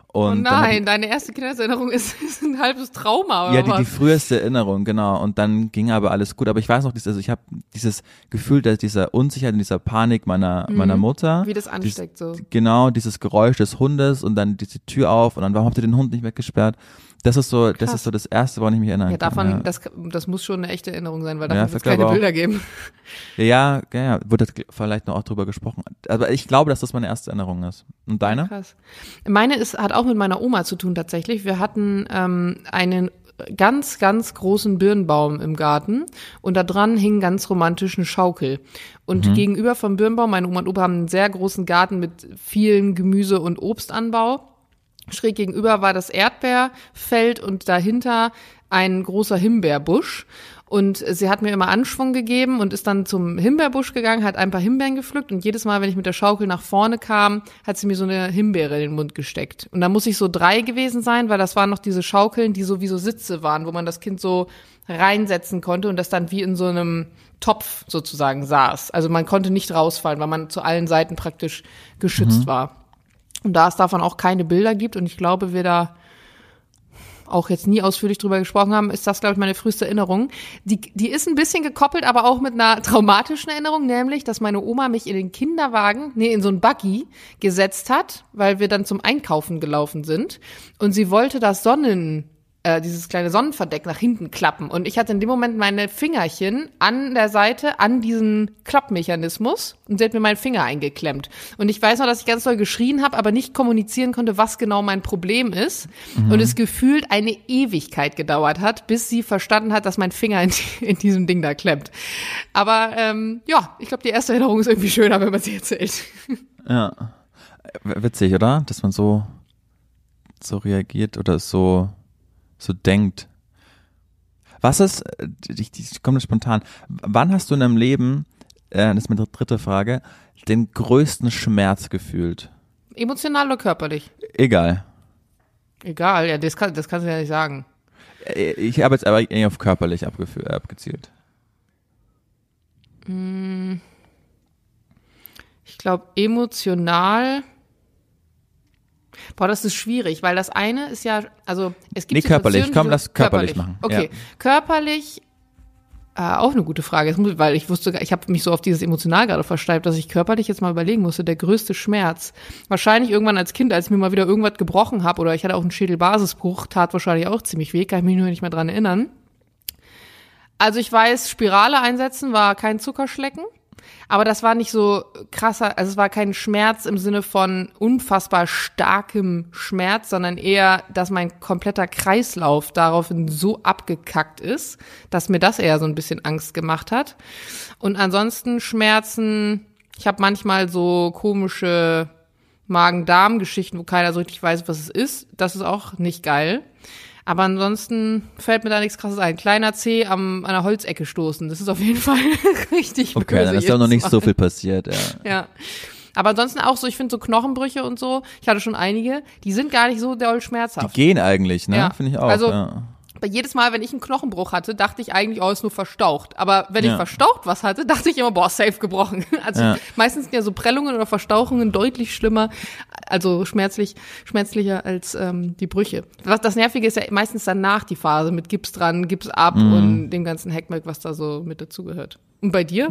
Und oh nein, deine erste Kindheitserinnerung ist, ist ein halbes Trauma, oder ja, die, was? die früheste Erinnerung, genau. Und dann ging aber alles gut. Aber ich weiß noch, also ich habe dieses Gefühl, dass dieser Unsicherheit und dieser Panik meiner, mhm. meiner Mutter. Wie das ansteckt, dies, so. Genau, dieses Geräusch des Hundes und dann diese Tür auf und dann, warum habt ihr den Hund nicht weggesperrt? Das ist so, Krass. das ist so das Erste, woran ich mich erinnern ja, davon, kann. Ja, das, das muss schon eine echte Erinnerung sein, weil davon ja, wird es keine auch, Bilder geben. Ja, ja, ja, wurde vielleicht noch auch drüber gesprochen. Aber ich glaube, dass das meine erste Erinnerung ist. Und deine? Ja, krass. Meine ist, hat auch mit meiner Oma zu tun tatsächlich. Wir hatten ähm, einen ganz, ganz großen Birnbaum im Garten und da dran hing ganz romantisch eine Schaukel. Und mhm. gegenüber vom Birnbaum, meine Oma und Opa haben einen sehr großen Garten mit vielen Gemüse- und Obstanbau. Schräg gegenüber war das Erdbeerfeld und dahinter ein großer Himbeerbusch. Und sie hat mir immer Anschwung gegeben und ist dann zum Himbeerbusch gegangen, hat ein paar Himbeeren gepflückt und jedes Mal, wenn ich mit der Schaukel nach vorne kam, hat sie mir so eine Himbeere in den Mund gesteckt. Und da muss ich so drei gewesen sein, weil das waren noch diese Schaukeln, die so wie so Sitze waren, wo man das Kind so reinsetzen konnte und das dann wie in so einem Topf sozusagen saß. Also man konnte nicht rausfallen, weil man zu allen Seiten praktisch geschützt mhm. war. Und da es davon auch keine Bilder gibt und ich glaube, wir da auch jetzt nie ausführlich drüber gesprochen haben, ist das, glaube ich, meine früheste Erinnerung. Die, die ist ein bisschen gekoppelt, aber auch mit einer traumatischen Erinnerung, nämlich, dass meine Oma mich in den Kinderwagen, nee, in so einen Buggy gesetzt hat, weil wir dann zum Einkaufen gelaufen sind und sie wollte das Sonnen äh, dieses kleine Sonnenverdeck nach hinten klappen. Und ich hatte in dem Moment meine Fingerchen an der Seite, an diesen Klappmechanismus und sie hat mir meinen Finger eingeklemmt. Und ich weiß noch, dass ich ganz doll geschrien habe, aber nicht kommunizieren konnte, was genau mein Problem ist. Mhm. Und es gefühlt eine Ewigkeit gedauert hat, bis sie verstanden hat, dass mein Finger in, in diesem Ding da klemmt. Aber ähm, ja, ich glaube, die erste Erinnerung ist irgendwie schöner, wenn man sie erzählt. Ja, witzig, oder? Dass man so, so reagiert oder so so denkt. Was ist, ich, ich komme spontan, wann hast du in deinem Leben, äh, das ist meine dritte Frage, den größten Schmerz gefühlt? Emotional oder körperlich? Egal. Egal, ja, das, kann, das kannst du ja nicht sagen. Ich habe jetzt aber eher auf körperlich abgef- abgezielt. Ich glaube, emotional... Boah, das ist schwierig, weil das eine ist ja, also es gibt Nee, körperlich, komm, lass körperlich, körperlich machen. Okay, ja. Körperlich, äh, auch eine gute Frage, jetzt muss, weil ich wusste, ich habe mich so auf dieses Emotional gerade versteift, dass ich körperlich jetzt mal überlegen musste, der größte Schmerz. Wahrscheinlich irgendwann als Kind, als ich mir mal wieder irgendwas gebrochen habe oder ich hatte auch einen Schädelbasisbruch, tat wahrscheinlich auch ziemlich weh, kann ich mich nur nicht mehr dran erinnern. Also ich weiß, Spirale einsetzen war kein Zuckerschlecken. Aber das war nicht so krasser, also es war kein Schmerz im Sinne von unfassbar starkem Schmerz, sondern eher, dass mein kompletter Kreislauf daraufhin so abgekackt ist, dass mir das eher so ein bisschen Angst gemacht hat. Und ansonsten Schmerzen, ich habe manchmal so komische Magen-Darm-Geschichten, wo keiner so richtig weiß, was es ist. Das ist auch nicht geil. Aber ansonsten fällt mir da nichts Krasses ein. Kleiner Zeh am, an einer Holzecke stoßen. Das ist auf jeden Fall richtig okay, böse. Okay, dann ist doch noch nicht so viel passiert. Ja. ja. Aber ansonsten auch so, ich finde so Knochenbrüche und so, ich hatte schon einige, die sind gar nicht so doll schmerzhaft. Die gehen eigentlich, ne? Ja. Finde ich auch. Also, ja. Jedes Mal, wenn ich einen Knochenbruch hatte, dachte ich eigentlich, oh, ist nur verstaucht. Aber wenn ja. ich verstaucht was hatte, dachte ich immer, boah, safe gebrochen. Also ja. meistens sind ja so Prellungen oder Verstauchungen deutlich schlimmer, also schmerzlich, schmerzlicher als ähm, die Brüche. Was das Nervige ist ja meistens danach die Phase mit Gips dran, Gips ab mhm. und dem ganzen Heckmeck, was da so mit dazugehört. Und bei dir?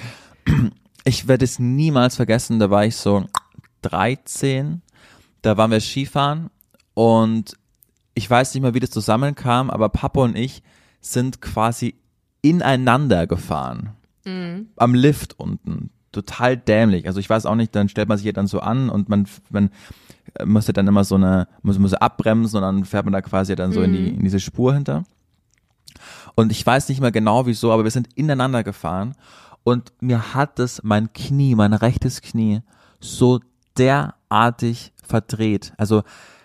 Ich werde es niemals vergessen, da war ich so dreizehn, da waren wir Skifahren und ich weiß nicht mehr, wie das zusammenkam, aber Papa und ich sind quasi ineinander gefahren. Mhm. Am Lift unten. Total dämlich. Also ich weiß auch nicht, dann stellt man sich ja dann so an und man, man muss ja dann immer so eine, muss, muss abbremsen und dann fährt man da quasi dann so mhm. in die, in diese Spur hinter. Und ich weiß nicht mehr genau wieso, aber wir sind ineinander gefahren und mir hat das mein Knie, mein rechtes Knie so derartig verdreht. Also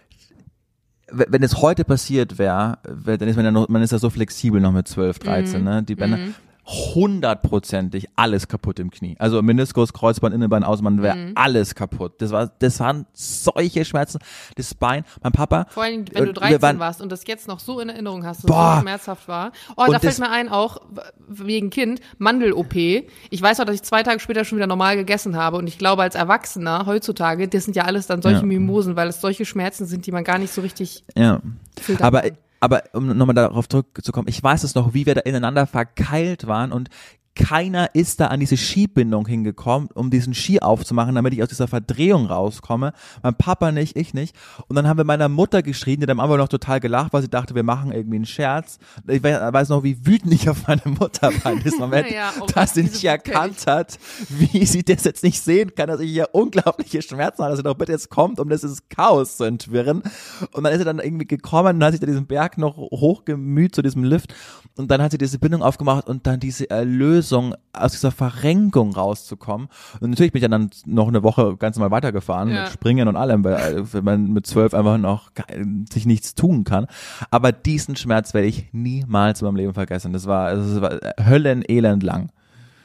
wenn es heute passiert wäre, dann ist man ja noch, man ist ja so flexibel noch mit zwölf, dreizehn, mm, ne, die Bänder. Mm. hundertprozentig alles kaputt im Knie. Also Meniskus, Kreuzband, Innenbein, Außenband, wäre mhm. alles kaputt. Das war, das waren solche Schmerzen. Das Bein, mein Papa. Vor allem, wenn du dreizehn waren, warst und das jetzt noch so in Erinnerung hast, dass boah, es so schmerzhaft war. Oh, da fällt mir ein, auch wegen Kind, Mandel-O P. Ich weiß auch, dass ich zwei Tage später schon wieder normal gegessen habe und ich glaube, als Erwachsener heutzutage, das sind ja alles dann solche ja. Mimosen, weil es solche Schmerzen sind, die man gar nicht so richtig ja. Aber Aber um nochmal darauf zurückzukommen, ich weiß es noch, wie wir da ineinander verkeilt waren und keiner ist da an diese Skibindung hingekommen, um diesen Ski aufzumachen, damit ich aus dieser Verdrehung rauskomme. Mein Papa nicht, ich nicht. Und dann haben wir meiner Mutter geschrien, die hat am Anfang noch total gelacht, weil sie dachte, wir machen irgendwie einen Scherz. Ich weiß noch, wie wütend ich auf meine Mutter war in diesem Moment, ja, oh dass sie nicht erkannt hat, wie sie das jetzt nicht sehen kann, dass ich hier unglaubliche Schmerzen habe, dass sie doch bitte jetzt kommt, um dieses Chaos zu entwirren. Und dann ist sie dann irgendwie gekommen und hat sich da diesen Berg noch hochgemüht zu diesem Lift. Und dann hat sie diese Bindung aufgemacht und dann diese Erlösung aus dieser Verrenkung rauszukommen. Und natürlich bin ich dann noch eine Woche ganz normal weitergefahren, ja. mit Springen und allem, weil wenn man mit zwölf einfach noch sich nichts tun kann. Aber diesen Schmerz werde ich niemals in meinem Leben vergessen. Das war, das war höllenelend lang.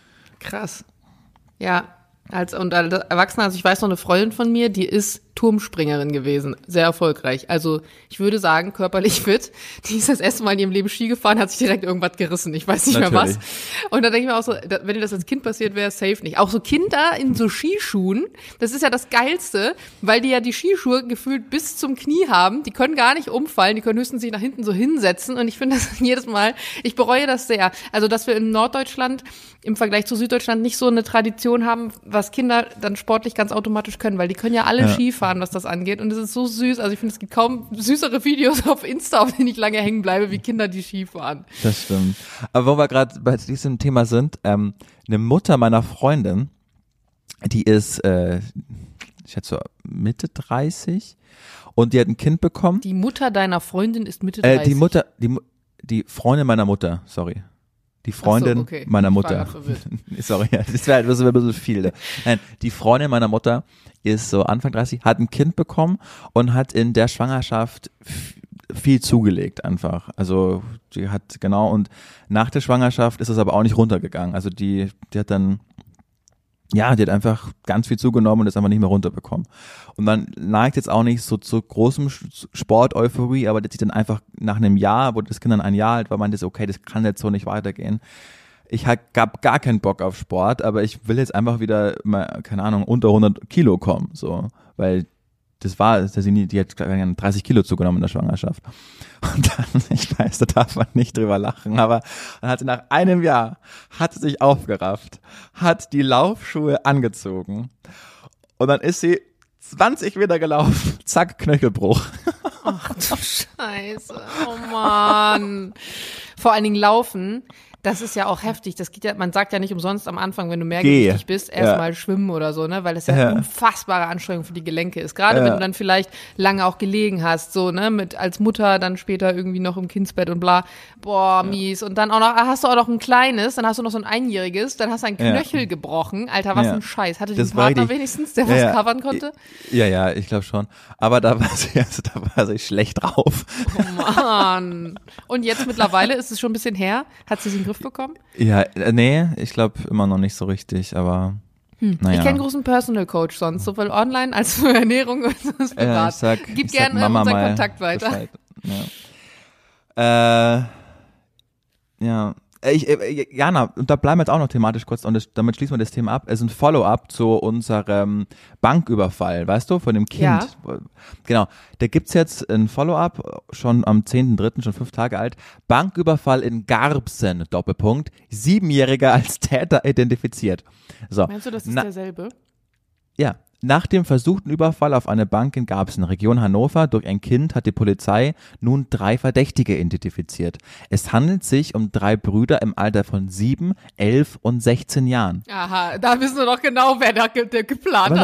Krass. Ja, als, und als Erwachsener, also ich weiß noch, eine Freundin von mir, die ist Turmspringerin gewesen, sehr erfolgreich. Also ich würde sagen, körperlich fit. Die ist das erste Mal in ihrem Leben Ski gefahren, hat sich direkt irgendwas gerissen, ich weiß nicht Natürlich. mehr was. Und da denke ich mir auch so, wenn dir das als Kind passiert wäre, safe nicht. Auch so Kinder in so Skischuhen, das ist ja das Geilste, weil die ja die Skischuhe gefühlt bis zum Knie haben, die können gar nicht umfallen, die können höchstens sich nach hinten so hinsetzen und ich finde das jedes Mal, ich bereue das sehr. Also dass wir in Norddeutschland im Vergleich zu Süddeutschland nicht so eine Tradition haben, was Kinder dann sportlich ganz automatisch können, weil die können ja alle ja. Skifahren, was das angeht. Und es ist so süß. Also ich finde, es gibt kaum süßere Videos auf Insta, auf denen ich lange hängen bleibe, wie Kinder, die Skifahren. Das stimmt. Aber wo wir gerade bei diesem Thema sind, ähm, eine Mutter meiner Freundin, die ist, äh, ich schätze so Mitte dreißig und die hat ein Kind bekommen. Die Mutter deiner Freundin ist Mitte dreißig? Äh, die Mutter, die, die Freundin meiner Mutter, sorry. Die Freundin so, okay. meiner Mutter. Sorry, das wäre das wär ein bisschen viel. Nein, die Freundin meiner Mutter ist so Anfang dreißig, hat ein Kind bekommen und hat in der Schwangerschaft viel zugelegt einfach. Also die hat, genau, und nach der Schwangerschaft ist es aber auch nicht runtergegangen. Also die, die hat dann, ja, die hat einfach ganz viel zugenommen und ist einfach nicht mehr runterbekommen. Und dann neigt jetzt auch nicht so zu großem Sport-Euphorie, aber die hat sich dann einfach nach einem Jahr, wo das Kind dann ein Jahr alt war, meinte so, okay, das kann jetzt so nicht weitergehen. Ich hab gar keinen Bock auf Sport, aber ich will jetzt einfach wieder mal, keine Ahnung, unter hundert Kilo kommen, so, weil das war, die hat dreißig Kilo zugenommen in der Schwangerschaft. Und dann, ich weiß, da darf man nicht drüber lachen, aber dann hat sie nach einem Jahr, hat sie sich aufgerafft, hat die Laufschuhe angezogen und dann ist sie zwanzig Meter gelaufen, zack, Knöchelbruch. Ach du Scheiße, oh Mann. Vor allen Dingen laufen. Das ist ja auch heftig. Das geht ja, man sagt ja nicht umsonst am Anfang, wenn du mehrgewichtig bist, erstmal ja. schwimmen oder so, ne, weil das ja, ja unfassbare Anstrengung für die Gelenke ist. Gerade ja. wenn du dann vielleicht lange auch gelegen hast, so, ne, mit als Mutter dann später irgendwie noch im Kindsbett und bla. Boah, mies. Und dann auch noch, hast du auch noch ein kleines, dann hast du noch so ein einjähriges, dann hast du ein Knöchel ja. gebrochen. Alter, was ja. ein Scheiß. Hatte den Partner richtig, wenigstens, der ja, was ja. covern konnte? Ja, ja, ich glaube schon. Aber da war sie, also da war sie schlecht drauf. Oh Mann. Und jetzt mittlerweile ist es schon ein bisschen her. Hat sie es in den Griff bekommen? Ja, nee, ich glaube immer noch nicht so richtig, aber hm. naja. Ich kenne einen großen Personal Coach sonst, sowohl online als für Ernährung und das privat. Ja, ich sag, Gib ich gerne sag unseren Kontakt weiter. Ja. Äh, ja. Ich, äh, Jana, und da bleiben wir jetzt auch noch thematisch kurz und das, damit schließen wir das Thema ab. Es ist ein Follow-up zu unserem Banküberfall, weißt du, von dem Kind. Ja. Genau, da gibt's jetzt ein Follow-up, schon am zehnten dritten, schon fünf Tage alt. Banküberfall in Garbsen, Doppelpunkt, Siebenjähriger als Täter identifiziert. So. Meinst du, das ist Na, derselbe? Ja. Nach dem versuchten Überfall auf eine Bank in Garbsen, Region Hannover, durch ein Kind hat die Polizei nun drei Verdächtige identifiziert. Es handelt sich um drei Brüder im Alter von sieben, elf und sechzehn Jahren. Aha, da wissen wir doch genau, wer da ge- der geplant Pass hat. auf.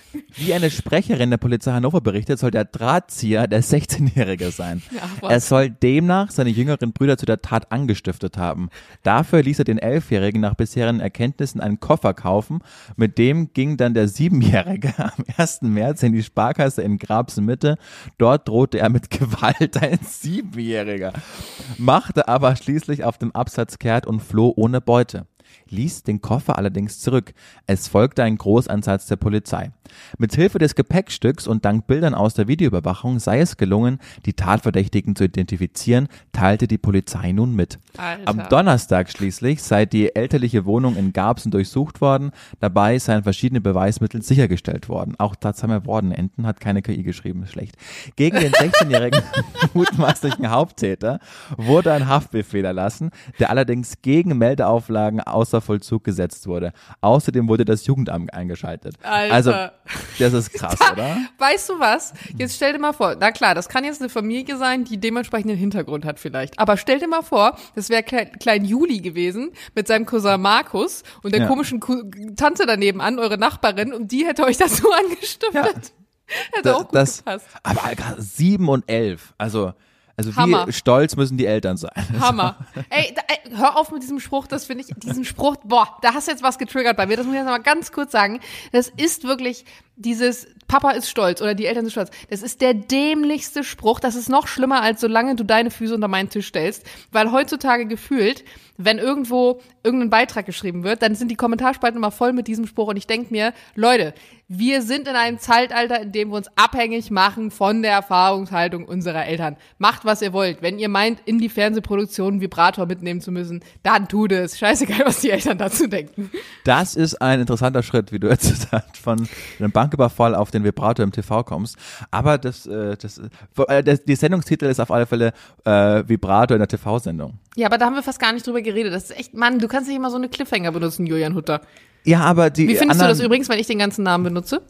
Wie eine Sprecherin der Polizei Hannover berichtet, soll der Drahtzieher der sechzehnjährige sein. Ja, er soll demnach seine jüngeren Brüder zu der Tat angestiftet haben. Dafür ließ er den Elfjährigen nach bisherigen Erkenntnissen einen Koffer kaufen. Mit dem ging dann der Siebenjährige am ersten März in die Sparkasse in Grabsen-Mitte. Dort drohte er mit Gewalt, ein Siebenjähriger, machte aber schließlich auf dem Absatz kehrt und floh ohne Beute. Ließ den Koffer allerdings zurück. Es folgte ein Großansatz der Polizei. Mit Hilfe des Gepäckstücks und dank Bildern aus der Videoüberwachung sei es gelungen, die Tatverdächtigen zu identifizieren, teilte die Polizei nun mit. Alter. Am Donnerstag schließlich sei die elterliche Wohnung in Garbsen durchsucht worden. Dabei seien verschiedene Beweismittel sichergestellt worden. Auch Tatsamer Wordenenten hat keine K I geschrieben, schlecht. Gegen den sechzehnjährigen mutmaßlichen Haupttäter wurde ein Haftbefehl erlassen, der allerdings gegen Meldeauflagen außer Vollzug gesetzt wurde. Außerdem wurde das Jugendamt eingeschaltet. Alter. Also, das ist krass, Da, oder? Weißt du was? Jetzt stell dir mal vor, na klar, das kann jetzt eine Familie sein, die dementsprechenden Hintergrund hat vielleicht. Aber stell dir mal vor, das wäre Klein, Klein Juli gewesen mit seinem Cousin Markus und der Ja. komischen Ku- Tante daneben an, eure Nachbarin, und die hätte euch dazu angestiftet. Ja. Hätte Da- auch gut das, gepasst. aber Alter, sieben und elf, also, also Hammer. wie stolz müssen die Eltern sein? Hammer. Ey, da, ey, hör auf mit diesem Spruch, das finde ich, diesen Spruch, boah, da hast du jetzt was getriggert bei mir, das muss ich jetzt mal ganz kurz sagen. Das ist wirklich dieses Papa ist stolz oder die Eltern sind stolz. Das ist der dämlichste Spruch, das ist noch schlimmer, als solange du deine Füße unter meinen Tisch stellst, weil heutzutage gefühlt, wenn irgendwo irgendein Beitrag geschrieben wird, dann sind die Kommentarspalten immer voll mit diesem Spruch und ich denke mir, Leute, wir sind in einem Zeitalter, in dem wir uns abhängig machen von der Erfahrungshaltung unserer Eltern. Macht, was ihr wollt. Wenn ihr meint, in die Fernsehproduktion einen Vibrator mitnehmen zu müssen, dann tut es. Scheißegal, was die Eltern dazu denken. Das ist ein interessanter Schritt, wie du jetzt von einem Banküberfall auf den Vibrator im T V kommst. Aber das, äh, das, äh, das die Sendungstitel ist auf alle Fälle äh, Vibrator in der T V-Sendung. Ja, aber da haben wir fast gar nicht drüber geredet. Das ist echt, Mann, du kannst nicht immer so eine Cliffhanger benutzen, Julian Hutter. Ja, aber die Wie findest anderen, du das übrigens, wenn ich den ganzen Namen benutze?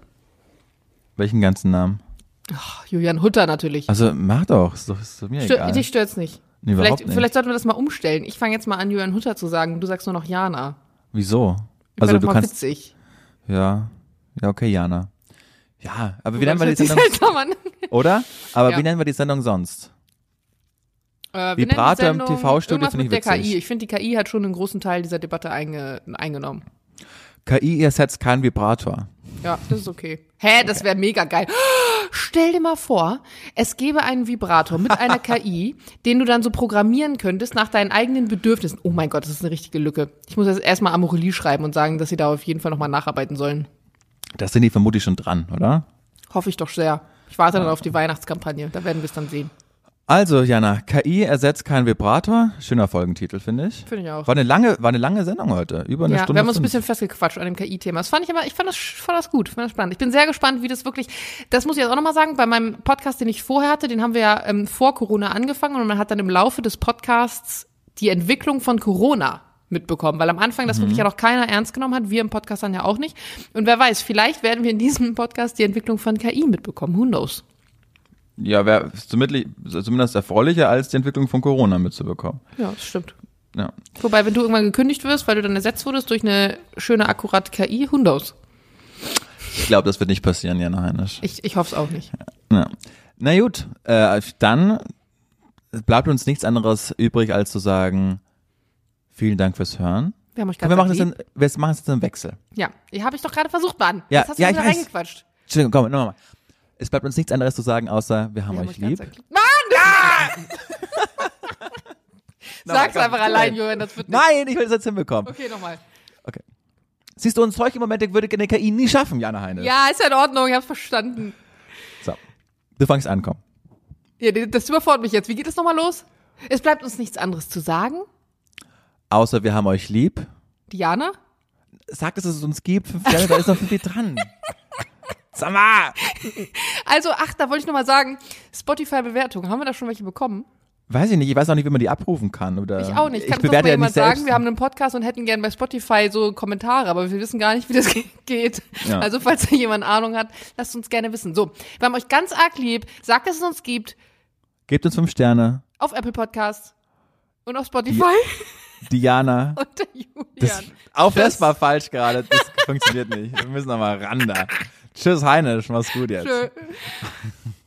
Welchen ganzen Namen? Ach, Julian Hutter natürlich. Also mach doch, ist doch, ist doch mir Stör, egal. dich stört's nicht. Nee, überhaupt vielleicht, nicht. vielleicht sollten wir das mal umstellen. Ich fange jetzt mal an, Julian Hutter zu sagen und du sagst nur noch Jana. Wieso? Also Also doch du mal kannst, witzig. ja, ja okay, Jana. Ja, aber wie Das nennen wir die hört sich Sendung, seltsam an. oder? Aber Ja. wie nennen wir die Sendung sonst? Äh, wir Vibrator nennen die im Sendung T V-Studio irgendwas finde ich mit der witzig. K I. Ich finde, die K I hat schon einen großen Teil dieser Debatte einge eingenommen. K I ersetzt keinen Vibrator. Ja, das ist okay. Hä, das wäre mega geil. Stell dir mal vor, es gäbe einen Vibrator mit einer K I, den du dann so programmieren könntest nach deinen eigenen Bedürfnissen. Oh mein Gott, das ist eine richtige Lücke. Ich muss jetzt erstmal Amorelie schreiben und sagen, dass sie da auf jeden Fall nochmal nacharbeiten sollen. Da sind die vermutlich schon dran, oder? Hoffe ich doch sehr. Ich warte dann auf die Weihnachtskampagne. Da werden wir es dann sehen. Also, Jana, K I ersetzt keinen Vibrator. Schöner Folgentitel, finde ich. Finde ich auch. War eine lange, war eine lange Sendung heute. Über eine Ja, Stunde. wir haben uns ein fünf. bisschen festgequatscht an dem K I-Thema. Das fand ich aber, ich fand das, fand das gut, fand das spannend. Ich bin sehr gespannt, wie das wirklich, das muss ich jetzt auch nochmal sagen, bei meinem Podcast, den ich vorher hatte, den haben wir ja ähm, vor Corona angefangen und man hat dann im Laufe des Podcasts die Entwicklung von Corona mitbekommen, weil am Anfang das wirklich ja noch keiner ernst genommen hat, wir im Podcast dann ja auch nicht. Und wer weiß, vielleicht werden wir in diesem Podcast die Entwicklung von K I mitbekommen. Who knows? Ja, wäre zumindest erfreulicher, als die Entwicklung von Corona mitzubekommen. Ja, das stimmt. Ja. Wobei, wenn du irgendwann gekündigt wirst, weil du dann ersetzt wurdest durch eine schöne, akkurate K I, who knows? Ich glaube, das wird nicht passieren, Jana Heinisch. Ich, ich hoffe es auch nicht. Ja. Na gut, äh, dann bleibt uns nichts anderes übrig, als zu sagen, vielen Dank fürs Hören. Wir haben euch Komm, ganz wir machen, das lieb. in, wir machen jetzt einen Wechsel. Ja, die habe ich doch gerade versucht, Mann. Ja, Jetzt hast du ja, wieder ich weiß. reingequatscht. Entschuldigung, komm, nochmal. Es bleibt uns nichts anderes zu sagen, außer wir haben Wir haben euch ganz lieb. arg Mann! Ja! Sag's komm, einfach komm. allein, Johann, das wird nicht. Nein, ich will das jetzt hinbekommen. Okay, nochmal. Siehst du, und solche Momente würde eine K I nie schaffen, Jana Heinisch. Ja, ist ja in Ordnung, ich hab's verstanden. So, du fangst an, komm. Ja, das überfordert mich jetzt. Wie geht es nochmal los? Es bleibt uns nichts anderes zu sagen. Außer wir haben euch lieb. Diana? Sag, dass es uns gibt. Fünf Sterne, da ist noch viel dran. Sag mal. Also, ach, da wollte ich nochmal sagen, Spotify-Bewertungen, haben wir da schon welche bekommen? Weiß ich nicht, ich weiß auch nicht, wie man die abrufen kann. Oder Ich auch nicht. Kann ich uns das bewerte mal ja jemand nicht selbst. sagen, wir haben einen Podcast und hätten gern bei Spotify so Kommentare, aber wir wissen gar nicht, wie das geht. Ja. Also, falls da jemand Ahnung hat, lasst uns gerne wissen. So, wir haben euch ganz arg lieb. Sagt, dass es uns gibt. Gebt uns fünf Sterne. Auf Apple Podcasts und auf Spotify Diana. und der Julian. Das, auch Tschüss. das war falsch gerade. Das funktioniert nicht. Wir müssen nochmal ran da. Tschüss, Heinisch, mach's gut jetzt. Tschö.